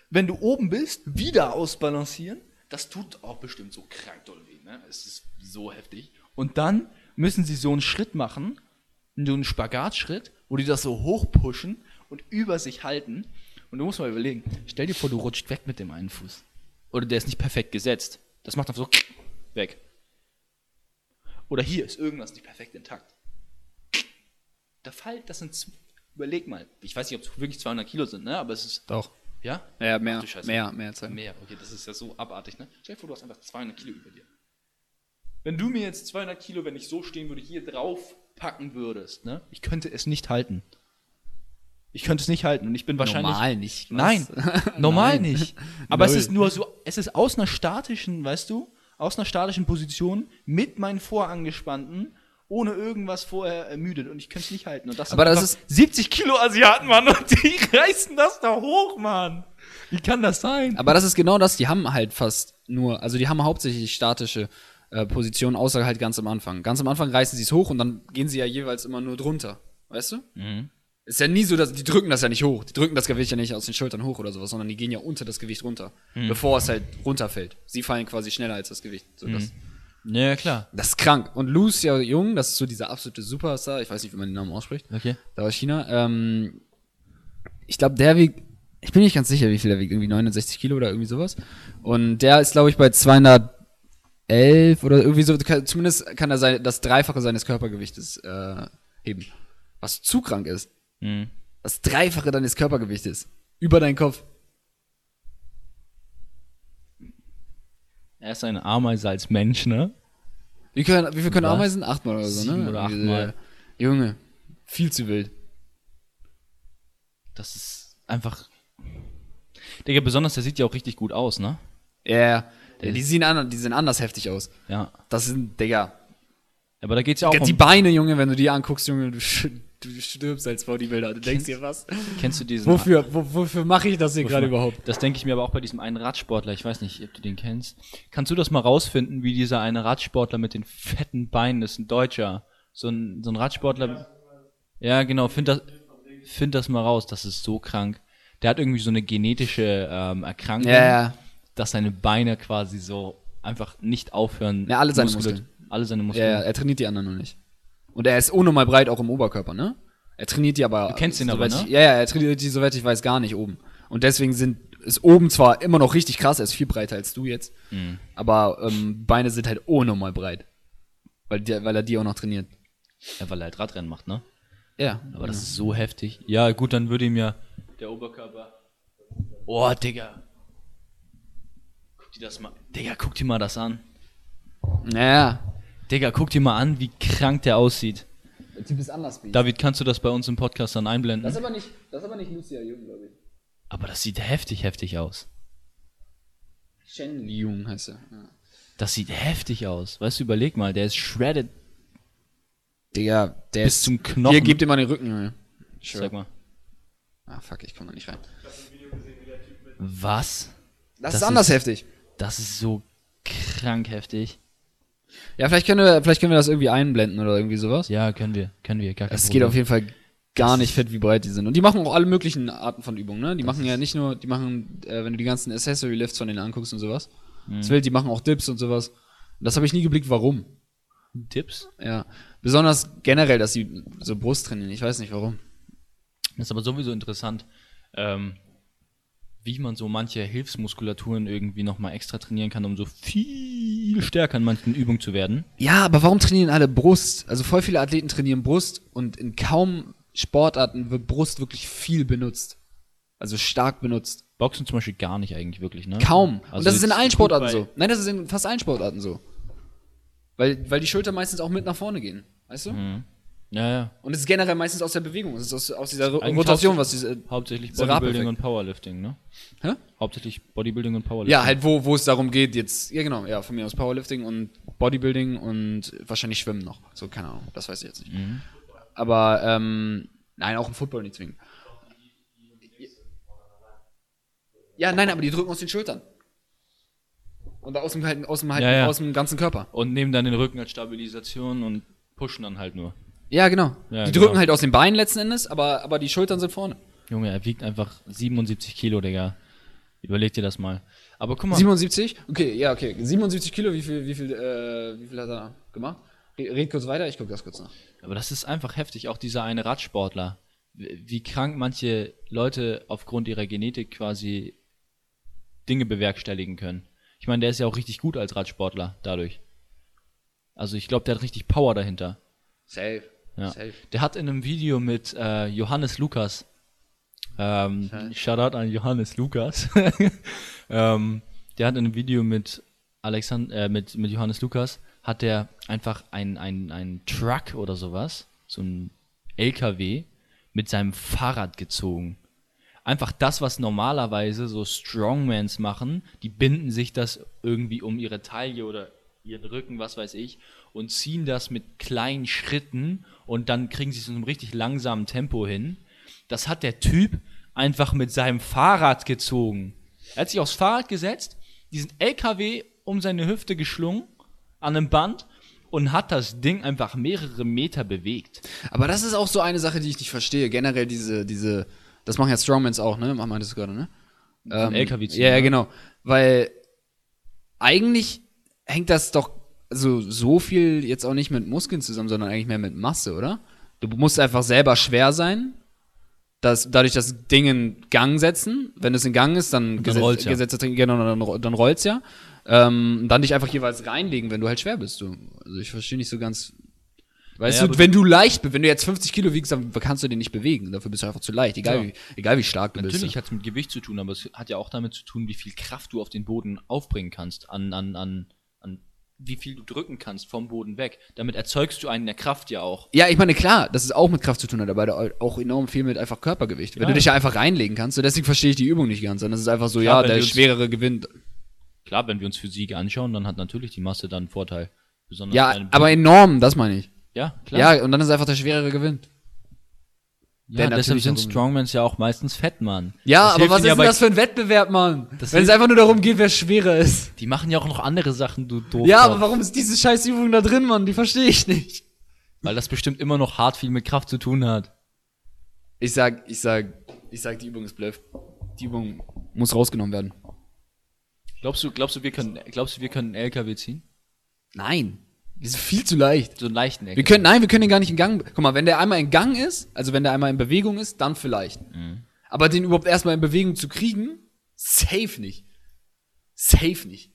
wenn du oben bist, wieder ausbalancieren. Das tut auch bestimmt so krank doll weh, ne? Es ist so heftig. Und dann müssen sie so einen Schritt machen, so einen Spagatschritt, wo die das so hochpushen und über sich halten. Und du musst mal überlegen, stell dir vor, du rutscht weg mit dem einen Fuß. Oder der ist nicht perfekt gesetzt. Das macht einfach so weg. Oder hier ist irgendwas nicht perfekt intakt. Da fällt, das sind, überleg mal, ich weiß nicht, ob es wirklich zweihundert Kilo sind, ne? Aber es ist... Doch. Ja? Ja, mehr, Ach, mehr, mehr Zeit. Mehr, okay, das ist ja so abartig, ne? Stell dir vor, du hast einfach zweihundert Kilo über dir. Wenn du mir jetzt zweihundert Kilo, wenn ich so stehen würde, hier drauf packen würdest, ne? Ich könnte es nicht halten. Ich könnte es nicht halten und ich bin wahrscheinlich... Normal nicht. Was? Nein, normal Nein. nicht. Aber es Null. ist nur so, es ist aus einer statischen, weißt du, aus einer statischen Position mit meinen vorangespannten, ohne irgendwas vorher ermüdet und ich könnte es nicht halten. Und das Aber sind das einfach siebzig Kilo Asiaten, Mann, und die reißen das da hoch, Mann. Wie kann das sein? Aber das ist genau das, die haben halt fast nur, also die haben hauptsächlich statische äh, Positionen, außer halt ganz am Anfang. Ganz am Anfang reißen sie es hoch und dann gehen sie ja jeweils immer nur drunter. Weißt du? Mhm. Ist ja nie so, dass die drücken das ja nicht hoch. Die drücken das Gewicht ja nicht aus den Schultern hoch oder sowas, sondern die gehen ja unter das Gewicht runter, Mhm. bevor es halt runterfällt. Sie fallen quasi schneller als das Gewicht. So, das, Ja, klar. das ist krank. Und Lucia Jung, das ist so dieser absolute Superstar, ich weiß nicht, wie man den Namen ausspricht, Okay. da aus China. Ähm, ich glaube, der wiegt, ich bin nicht ganz sicher, wie viel er wiegt, irgendwie neunundsechzig Kilo oder irgendwie sowas. Und der ist, glaube ich, bei zweihundertelf oder irgendwie so, kann, zumindest kann er sein, das Dreifache seines Körpergewichtes äh, heben. Was zu krank ist. Mhm. Das Dreifache deines Körpergewichtes. Über deinen Kopf. Er ist eine Ameise als Mensch, ne? Wie, können, wie viel können Was? Ameisen? Achtmal oder so, Sieben ne? oder Diese- achtmal. Junge, viel zu wild. Das ist einfach... Digga, besonders, der sieht ja auch richtig gut aus, ne? Ja, yeah. die, sehen an, die sehen anders heftig aus. Ja. Das sind, Digga. Aber da geht's ja auch Die um... Beine, Junge, wenn du die anguckst, Junge, du, sch- du stirbst als Bodybuilder. Du denkst dir, was? Kennst du diesen... Wofür, wo, wofür mache ich das hier Wofür- gerade überhaupt? Das denke ich mir aber auch bei diesem einen Radsportler. Ich weiß nicht, ob du den kennst. Kannst du das mal rausfinden, wie dieser eine Radsportler mit den fetten Beinen ist? Ein Deutscher. So ein, so ein Radsportler... Ja, genau. Find das, find das mal raus. Das ist so krank. Der hat irgendwie so eine genetische ähm, Erkrankung, Ja, ja. dass seine Beine quasi so einfach nicht aufhören. Ja, alle seine Muskulat- Muskeln. Alle seine Ja, Muskeln. ja, er trainiert die anderen nur nicht. Und er ist unnormal breit auch im Oberkörper, ne? Er trainiert die aber. Du kennst ihn aber, soweit ne? Ich, ja, ja, er trainiert die, soweit ich weiß, gar nicht oben. Und deswegen sind, ist oben zwar immer noch richtig krass, er ist viel breiter als du jetzt, Mhm. aber ähm, Beine sind halt unnormal breit. Weil, die, weil er die auch noch trainiert. Ja, weil er halt Radrennen macht, ne? Ja. Aber das ist so heftig. Ja, gut, dann würde ihm ja der Oberkörper... Oh, Digga. Guck dir das mal... Digga, guck dir mal das an. Naja. Digga, guck dir mal an, wie krank der aussieht. Der Typ ist anders, Beast. David, kannst du das bei uns im Podcast dann einblenden? Das ist aber nicht, das ist aber nicht Lucia Jung, glaube ich. Aber das sieht heftig, heftig aus. Shen Jung heißt er. Ja. Das sieht heftig aus. Weißt du, überleg mal, der ist shredded Digga, der bis ist. zum Knochen. Hier, gib dir mal den Rücken, Junge. Sag mal. Ah, fuck, ich komme da nicht rein. Was? Das, Das ist anders ist- heftig. Das ist so krank heftig. Ja, vielleicht können wir, vielleicht können wir das irgendwie einblenden oder irgendwie sowas. Ja, können wir. Können wir. Gar kein Es Problem. geht auf jeden Fall gar Das nicht ist- fett, wie breit die sind. Und die machen auch alle möglichen Arten von Übungen, ne? Die machen ja nicht nur, die machen, äh, wenn du die ganzen Accessory Lifts von denen anguckst und sowas. Mhm. Das will, die machen auch Dips und sowas. Und das habe ich nie geblickt, warum. Tipps? Ja. Besonders generell, dass sie so Brust trainieren. Ich weiß nicht warum. Das ist aber sowieso interessant, ähm, wie man so manche Hilfsmuskulaturen irgendwie nochmal extra trainieren kann, um so viel stärker in manchen Übungen zu werden. Ja, aber warum trainieren alle Brust? Also voll viele Athleten trainieren Brust und in kaum Sportarten wird Brust wirklich viel benutzt. Also stark benutzt. Boxen zum Beispiel gar nicht eigentlich wirklich, ne? Kaum. Also und das ist in jetzt allen gut Sportarten bei- so. Nein, das ist in fast allen Sportarten so. Weil, weil die Schultern meistens auch mit nach vorne gehen. Weißt du? Mhm. Ja, ja. Und es ist generell meistens aus der Bewegung. Es ist aus, aus dieser Ro- Eigentlich Rotation, hauptsächlich- was diese. Hauptsächlich Dieser Bodybuilding Rahmeneffekt. und Powerlifting, ne? Hä? Hauptsächlich Bodybuilding und Powerlifting. Ja, halt, wo, wo es darum geht, jetzt. Ja, genau. Ja, von mir aus Powerlifting und Bodybuilding und wahrscheinlich Schwimmen noch. So, keine Ahnung. Das weiß ich jetzt nicht. Mhm. Aber, ähm, nein, auch im Football nicht zwingend. Ja, nein, aber die drücken aus den Schultern. Und aus dem, halt, aus dem, halt, Ja, ja. aus dem ganzen Körper. Und nehmen dann den Rücken als Stabilisation und pushen dann halt nur. Ja, genau. Ja, die genau. drücken halt aus den Beinen letzten Endes, aber, aber die Schultern sind vorne. Junge, er wiegt einfach siebenundsiebzig Kilo, Digga. Überleg dir das mal. Aber guck mal. siebenundsiebzig? Okay, ja, okay. siebenundsiebzig Kilo, wie viel, wie viel, äh, wie viel hat er gemacht? Red kurz weiter, ich guck das kurz nach. Aber das ist einfach heftig. Auch dieser eine Radsportler. Wie wie krank manche Leute aufgrund ihrer Genetik quasi Dinge bewerkstelligen können. Ich meine, der ist ja auch richtig gut als Radsportler dadurch. Also ich glaube, der hat richtig Power dahinter. Safe. Ja. Safe. Der hat in einem Video mit äh, Johannes Lukas, ähm, Scheiße. Shoutout an Johannes Lukas, ähm, der hat in einem Video mit Alexand äh, mit, mit Johannes Lukas, hat der einfach ein, ein, ein Truck oder sowas, so ein L K W, mit seinem Fahrrad gezogen. Einfach das, was normalerweise so Strongmans machen, die binden sich das irgendwie um ihre Taille oder ihren Rücken, was weiß ich, und ziehen das mit kleinen Schritten und dann kriegen sie es in einem richtig langsamen Tempo hin. Das hat der Typ einfach mit seinem Fahrrad gezogen. Er hat sich aufs Fahrrad gesetzt, diesen L K W um seine Hüfte geschlungen, an einem Band, und hat das Ding einfach mehrere Meter bewegt. Aber das ist auch so eine Sache, die ich nicht verstehe. Generell diese, diese, das machen ja Strongmans auch, ne? Machen wir das gerade, ne? Ähm, L K W ziehen, ja, ja, ne? genau. Weil eigentlich hängt das doch also so viel jetzt auch nicht mit Muskeln zusammen, sondern eigentlich mehr mit Masse, oder? Du musst einfach selber schwer sein, dass, dadurch das Ding in Gang setzen. Wenn es in Gang ist, dann, dann Gesetz, rollt's ja. Gesetze, genau, dann, dann rollt's ja. Ähm, dann dich einfach jeweils reinlegen, wenn du halt schwer bist. Du. Also ich verstehe nicht so ganz. Weißt Ja, du, aber wenn du leicht bist, wenn du jetzt fünfzig Kilo wiegst, dann kannst du den nicht bewegen. Dafür bist du einfach zu leicht, egal, Ja. wie, egal wie stark du Natürlich bist. hat es mit Gewicht zu tun, aber es hat ja auch damit zu tun, wie viel Kraft du auf den Boden aufbringen kannst, an, an, an, an wie viel du drücken kannst vom Boden weg. Damit erzeugst du einen der Kraft ja auch. Ja, ich meine, klar, dass es auch mit Kraft zu tun hat, aber da auch enorm viel mit einfach Körpergewicht. Wenn Ja. du dich ja einfach reinlegen kannst, so deswegen verstehe ich die Übung nicht ganz. Sondern es ist einfach so, Klar, ja, wenn der wir uns- schwerere gewinnt. Klar, wenn wir uns Physik anschauen, dann hat natürlich die Masse dann einen Vorteil. Besonders Ja, bei einem- aber enorm, das meine ich. ja, klar. Ja, und dann ist einfach der schwerere gewinnt. Ja, der deshalb natürlich sind darum- Strongmans ja auch meistens fett, Mann. Ja, Das aber hilft was ihnen ist ja denn bei- das für ein Wettbewerb, Mann? Das Wenn es hilft- einfach nur darum geht, wer schwerer ist. Die machen ja auch noch andere Sachen, du doof. Ja, aber warum ist diese Scheißübung da drin, Mann? Die verstehe ich nicht. Weil das bestimmt immer noch hart viel mit Kraft zu tun hat. Ich sag, ich sag, ich sag, die Übung ist Bluff. Die Übung muss rausgenommen werden. Glaubst du, glaubst du, wir können, glaubst du, wir können einen L K W ziehen? Nein. Das ist viel zu leicht. So einen leichten L K W. Wir können, nein, wir können den gar nicht in Gang. Guck mal, wenn der einmal in Gang ist, also wenn der einmal in Bewegung ist, dann vielleicht. Mhm. Aber den überhaupt erstmal in Bewegung zu kriegen, safe nicht. Safe nicht.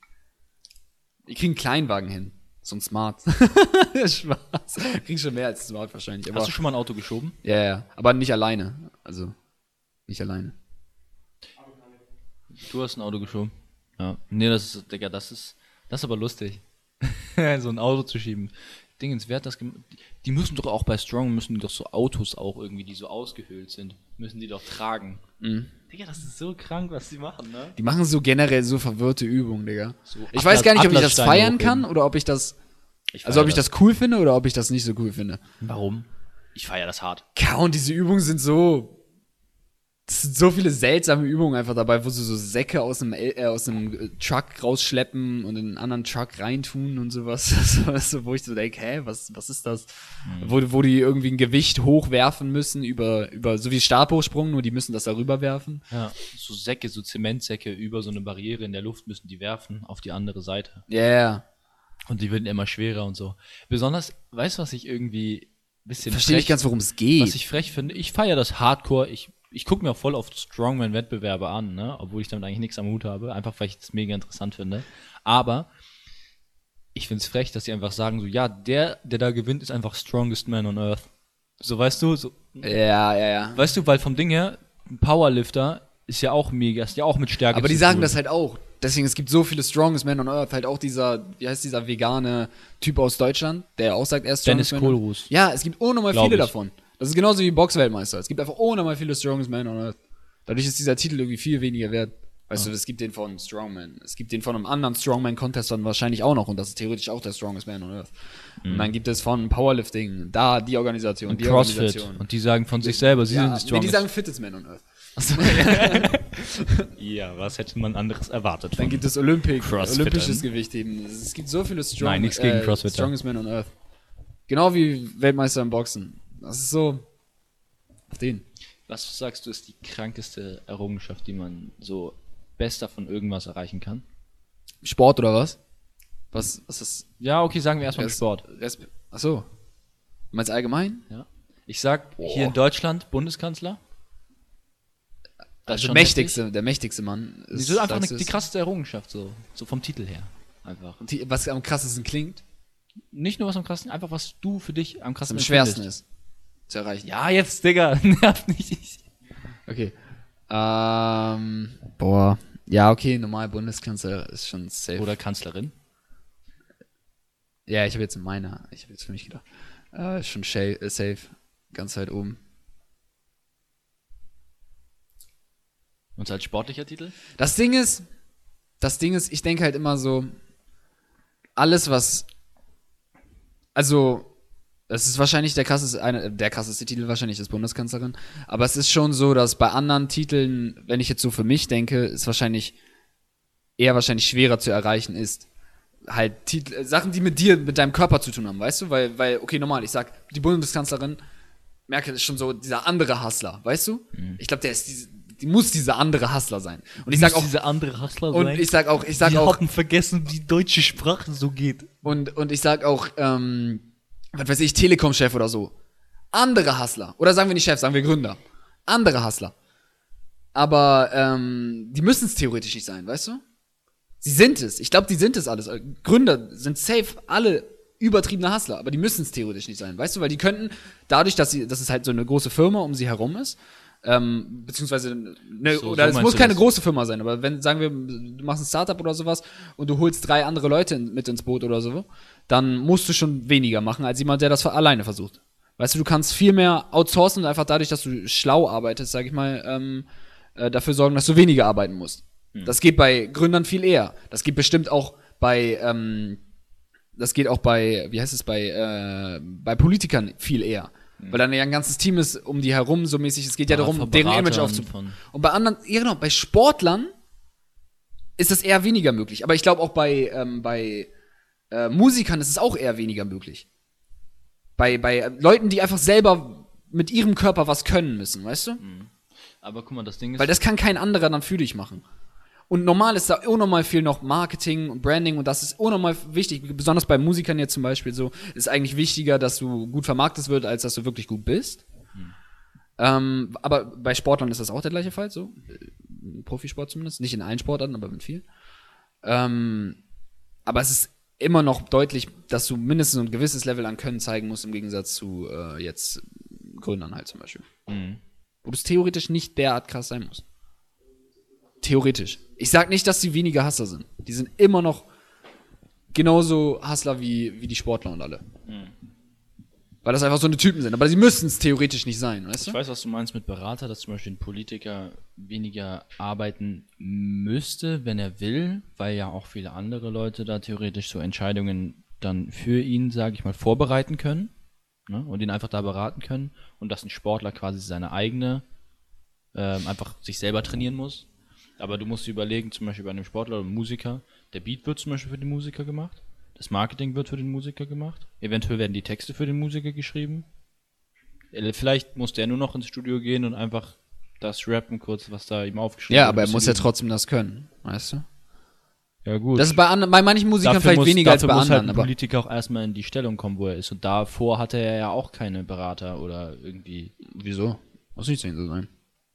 Wir kriegen einen Kleinwagen hin. So ein Smart. Spaß. Kriegen schon mehr als Smart wahrscheinlich. Aber, Hast du schon mal ein Auto geschoben? ja, ja. Aber nicht alleine. Also, nicht alleine. Du hast ein Auto geschoben. Ja. Nee, das ist, Digga, das ist, das ist aber lustig. So ein Auto zu schieben. Dingens, wer hat das gemacht? Die, die müssen doch auch bei Strong, müssen die doch so Autos auch irgendwie, die so ausgehöhlt sind, müssen die doch tragen. Mhm. Digga, das ist so krank, was die machen, ne? Die machen so generell so verwirrte Übungen, Digga. So ich Atlas- weiß gar nicht, ob ich das Atlassteine feiern hochheben. kann oder ob ich das, Ich also ob feier ich das cool finde oder ob ich das nicht so cool finde. Warum? Ich feier das hart. Ja, und diese Übungen sind so, es sind so viele seltsame Übungen einfach dabei, wo sie so Säcke aus dem, El- äh, aus dem äh, Truck rausschleppen und in einen anderen Truck reintun und sowas. so, so, wo ich so denke, hä, was, was ist das? Mhm. Wo, wo die irgendwie ein Gewicht hochwerfen müssen über, über, so wie Stabhochsprung, nur die müssen das darüber werfen. Ja. So Säcke, so Zementsäcke über so eine Barriere in der Luft müssen die werfen auf die andere Seite. Ja, yeah. Und die werden immer schwerer und so. Besonders, weißt du, was ich irgendwie ein bisschen Verstehe nicht frech- ganz, worum es geht. Was ich frech finde, ich feiere das Hardcore. Ich, ich gucke mir auch voll oft Strongman-Wettbewerbe an, ne? Obwohl ich damit eigentlich nichts am Hut habe. Einfach, weil ich das mega interessant finde. Aber ich finde es frech, dass die einfach sagen, so, ja, der, der da gewinnt, ist einfach Strongest Man on Earth. So, weißt du, so, ja, ja, ja. weißt du, weil vom Ding her, ein Powerlifter ist ja auch mega, ist ja auch mit Stärke Aber die zu sagen tun. das halt auch. Deswegen, es gibt so viele Strongest Men on Earth. Halt auch dieser, wie heißt dieser vegane Typ aus Deutschland, der auch sagt, er ist Dennis Strongest Man on Kohlruß. Earth. Ja, es gibt unnormal Glaub viele ich. davon. Das ist genauso wie Boxweltmeister. Es gibt einfach unnormal viele Strongest Men on Earth. Dadurch ist dieser Titel irgendwie viel weniger wert. Weißt du, es gibt den von Strongman. Es gibt den von einem anderen Strongman-Contest dann wahrscheinlich auch noch. Und das ist theoretisch auch der Strongest Man on Earth. Und dann gibt es von Powerlifting, da die Organisation, und die CrossFit. Organisation. Und die sagen von sich selber, sie ja, sind die nee, die Strongest. sagen Fittest Man on Earth. Ja, was hätte man anderes erwartet? Dann von- gibt es Olympic, Crossfittern. olympisches Gewichtheben. Es gibt so viele Strong, Nein, nichts gegen äh, Crossfitter. Strongest Men on Earth. Genau wie Weltmeister im Boxen. Das ist so. Auf den. Was sagst du, ist die krankeste Errungenschaft, die man so Bester von irgendwas erreichen kann? Sport oder was? Was, was ist Ja, okay, sagen wir erstmal Res- Sport. Resp- Achso. Du meinst allgemein? Ja. Ich sag, Boah. hier in Deutschland Das Bundeskanzler? Also schon mächtigste, der mächtigste Mann. heftig. Die so einfach eine, sagst die du, krasseste Errungenschaft, so, so vom Titel her. Einfach. ist- die, was am krassesten klingt, Nicht nur was am krassesten, einfach was du für dich am was krassesten am schwersten empfindest. ist zu erreichen. Ja, jetzt, Digga, nerv nicht. Okay. Ähm, boah. Ja, okay, normal Bundeskanzler ist schon safe. Oder Kanzlerin. Ja, ich habe jetzt meiner. Ich habe jetzt für mich gedacht. Äh, ist schon sha- äh, safe. Ganz weit oben. Und als sportlicher Titel? Das Ding ist, das Ding ist, ich denke halt immer so, alles was, also, es ist wahrscheinlich der krasseste, eine, der krasseste Titel wahrscheinlich ist Bundeskanzlerin, aber es ist schon so, dass bei anderen Titeln, wenn ich jetzt so für mich denke, ist wahrscheinlich eher wahrscheinlich schwerer zu erreichen ist. Halt Titel, äh, Sachen, die mit dir, mit deinem Körper zu tun haben, weißt du? Weil, weil, okay, normal, ich sag, die Bundeskanzlerin, Merkel ist schon so dieser andere Hustler, weißt du? Mhm. Ich glaube, der ist diese, die muss dieser andere Hustler sein. Und ich sag auch, diese andere Hustler und ich sag auch, ich sag die auch, haben vergessen, wie deutsche Sprache so geht. und, und ich sag auch, ähm, was weiß ich, Telekom-Chef oder so. Andere Hustler. Oder sagen wir nicht Chef, sagen wir Gründer. Andere Hustler. Aber, ähm, die müssen es theoretisch nicht sein, weißt du? Sie sind es. Ich glaube, die sind es alles. Gründer sind safe alle übertriebene Hustler, aber die müssen es theoretisch nicht sein, weißt du? Weil die könnten, dadurch, dass sie, dass es halt so eine große Firma um sie herum ist, ähm, beziehungsweise, ne, So- oder so es meinst muss du keine das? große Firma sein, aber wenn, sagen wir, du machst ein Startup oder sowas und du holst drei andere Leute in, mit ins Boot oder so, dann musst du schon weniger machen, als jemand, der das alleine versucht. Weißt du, du kannst viel mehr outsourcen und einfach dadurch, dass du schlau arbeitest, sag ich mal, ähm, äh, dafür sorgen, dass du weniger arbeiten musst. Das geht bei Gründern viel eher. Das geht bestimmt auch bei, ähm, das geht auch bei, wie heißt es, bei, äh, bei Politikern viel eher. Weil dann ja ein ganzes Team ist um die herum, so mäßig, es geht ja, Ja, darum, von deren Image Beratern, aufzubauen. von- Und bei anderen, ja genau, bei Sportlern ist das eher weniger möglich. Aber ich glaube auch bei, ähm, bei äh, Musikern ist es auch eher weniger möglich. Bei, bei äh, Leuten, die einfach selber mit ihrem Körper was können müssen, weißt du? Aber guck mal, das Ding ist, Weil das kann kein anderer dann für dich machen. Und normal ist da unnormal viel noch Marketing und Branding und das ist unnormal wichtig, besonders bei Musikern jetzt zum Beispiel so, ist eigentlich wichtiger, dass du gut vermarktet wird, als dass du wirklich gut bist. Hm. Ähm, aber bei Sportlern ist das auch der gleiche Fall, so. Im Profisport zumindest. Nicht in allen Sportarten, aber mit vielen. Ähm, aber es ist immer noch deutlich, dass du mindestens ein gewisses Level an Können zeigen musst, im Gegensatz zu äh, jetzt Gründern halt zum Beispiel. Mhm. Wo du es theoretisch nicht derart krass sein musst. Theoretisch. Ich sag nicht, dass sie weniger Hustler sind. Die sind immer noch genauso Hustler wie, wie die Sportler und alle. Mhm. Weil das einfach so eine Typen sind. Aber sie müssen es theoretisch nicht sein, weißt du? Ich weiß, was du meinst mit Berater, dass zum Beispiel ein Politiker weniger arbeiten müsste, wenn er will, weil ja auch viele andere Leute da theoretisch so Entscheidungen dann für ihn, sage ich mal, vorbereiten können, ne? Und ihn einfach da beraten können und dass ein Sportler quasi seine eigene, ähm, einfach sich selber trainieren muss. Aber du musst dir überlegen, zum Beispiel bei einem Sportler oder einem Musiker, der Beat wird zum Beispiel für den Musiker gemacht, das Marketing wird für den Musiker gemacht, eventuell werden die Texte für den Musiker geschrieben. Vielleicht muss der nur noch ins Studio gehen und einfach das rappen kurz, was da ihm aufgeschrieben Ja, wurde, aber er ein muss ja bisschen trotzdem das können, weißt du? üben. Ja gut. Das ist bei, anderen, bei manchen Musikern dafür vielleicht muss, weniger als dafür bei muss anderen, halt ein aber Politiker auch erstmal in die Stellung kommen, wo er ist. Und davor hatte er ja auch keine Berater oder irgendwie. wieso? Muss nicht so sein.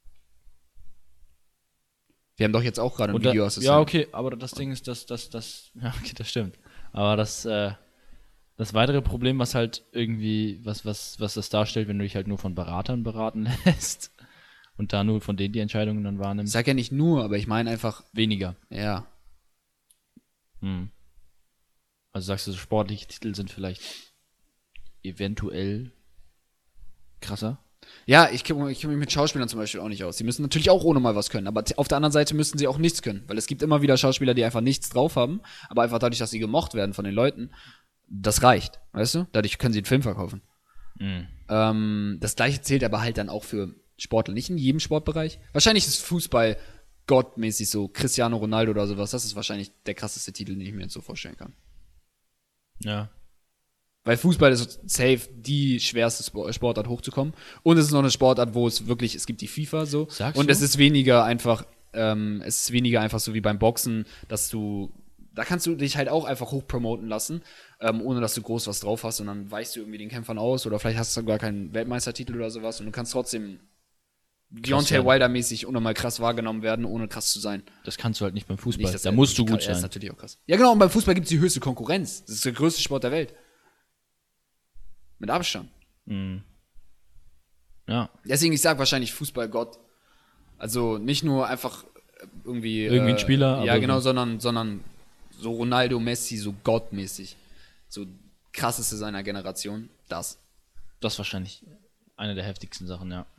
Wir haben doch jetzt auch gerade ein Und da, Video aus ja, okay, aber das Ding ist, dass das, das, ja, okay, das stimmt. Aber das, äh, das weitere Problem, was halt irgendwie, was, was, was das darstellt, wenn du dich halt nur von Beratern beraten lässt und da nur von denen die Entscheidungen dann Ich wahrnimmst, sag ja nicht nur, aber ich meine einfach, weniger. ja. Hm. Also sagst du, so sportliche Titel sind vielleicht eventuell krasser? Ja, ich kenne ich kenn mich mit Schauspielern zum Beispiel auch nicht aus. Die müssen natürlich auch ohne mal was können, aber t- auf der anderen Seite müssen sie auch nichts können, weil es gibt immer wieder Schauspieler, die einfach nichts drauf haben, aber einfach dadurch, dass sie gemocht werden von den Leuten, das reicht, weißt du? Dadurch können sie einen Film verkaufen. Mhm. Ähm, das gleiche zählt aber halt dann auch für Sportler, nicht in jedem Sportbereich. Wahrscheinlich ist Fußball gottmäßig so, Cristiano Ronaldo oder sowas, das ist wahrscheinlich der krasseste Titel, den ich mir jetzt so vorstellen kann. Ja. Weil Fußball ist safe die schwerste Sp- Sportart hochzukommen. Und es ist noch eine Sportart, wo es wirklich, es gibt die FIFA so. Sagst und du? es ist weniger einfach Ähm, es ist weniger einfach so wie beim Boxen, dass du, da kannst du dich halt auch einfach hoch promoten lassen, ähm, ohne dass du groß was drauf hast und dann weichst du irgendwie den Kämpfern aus oder vielleicht hast du sogar keinen Weltmeistertitel oder sowas und du kannst trotzdem Deontay Wilder-mäßig unnormal krass wahrgenommen werden, ohne krass zu sein. Das kannst du halt nicht beim Fußball. Nicht, dass da er- musst du kann- gut er ist sein. natürlich auch krass. Ja genau, und beim Fußball gibt es die höchste Konkurrenz. Das ist der größte Sport der Welt. Mit Abstand. Mhm. Ja, Deswegen, ich sag wahrscheinlich Fußballgott. Also nicht nur einfach irgendwie. Irgendwie ein äh, Spieler, Ja, aber genau, so- sondern, sondern so Ronaldo, Messi, so gottmäßig. So krasseste seiner Generation. Das. das ist wahrscheinlich eine der heftigsten Sachen, ja.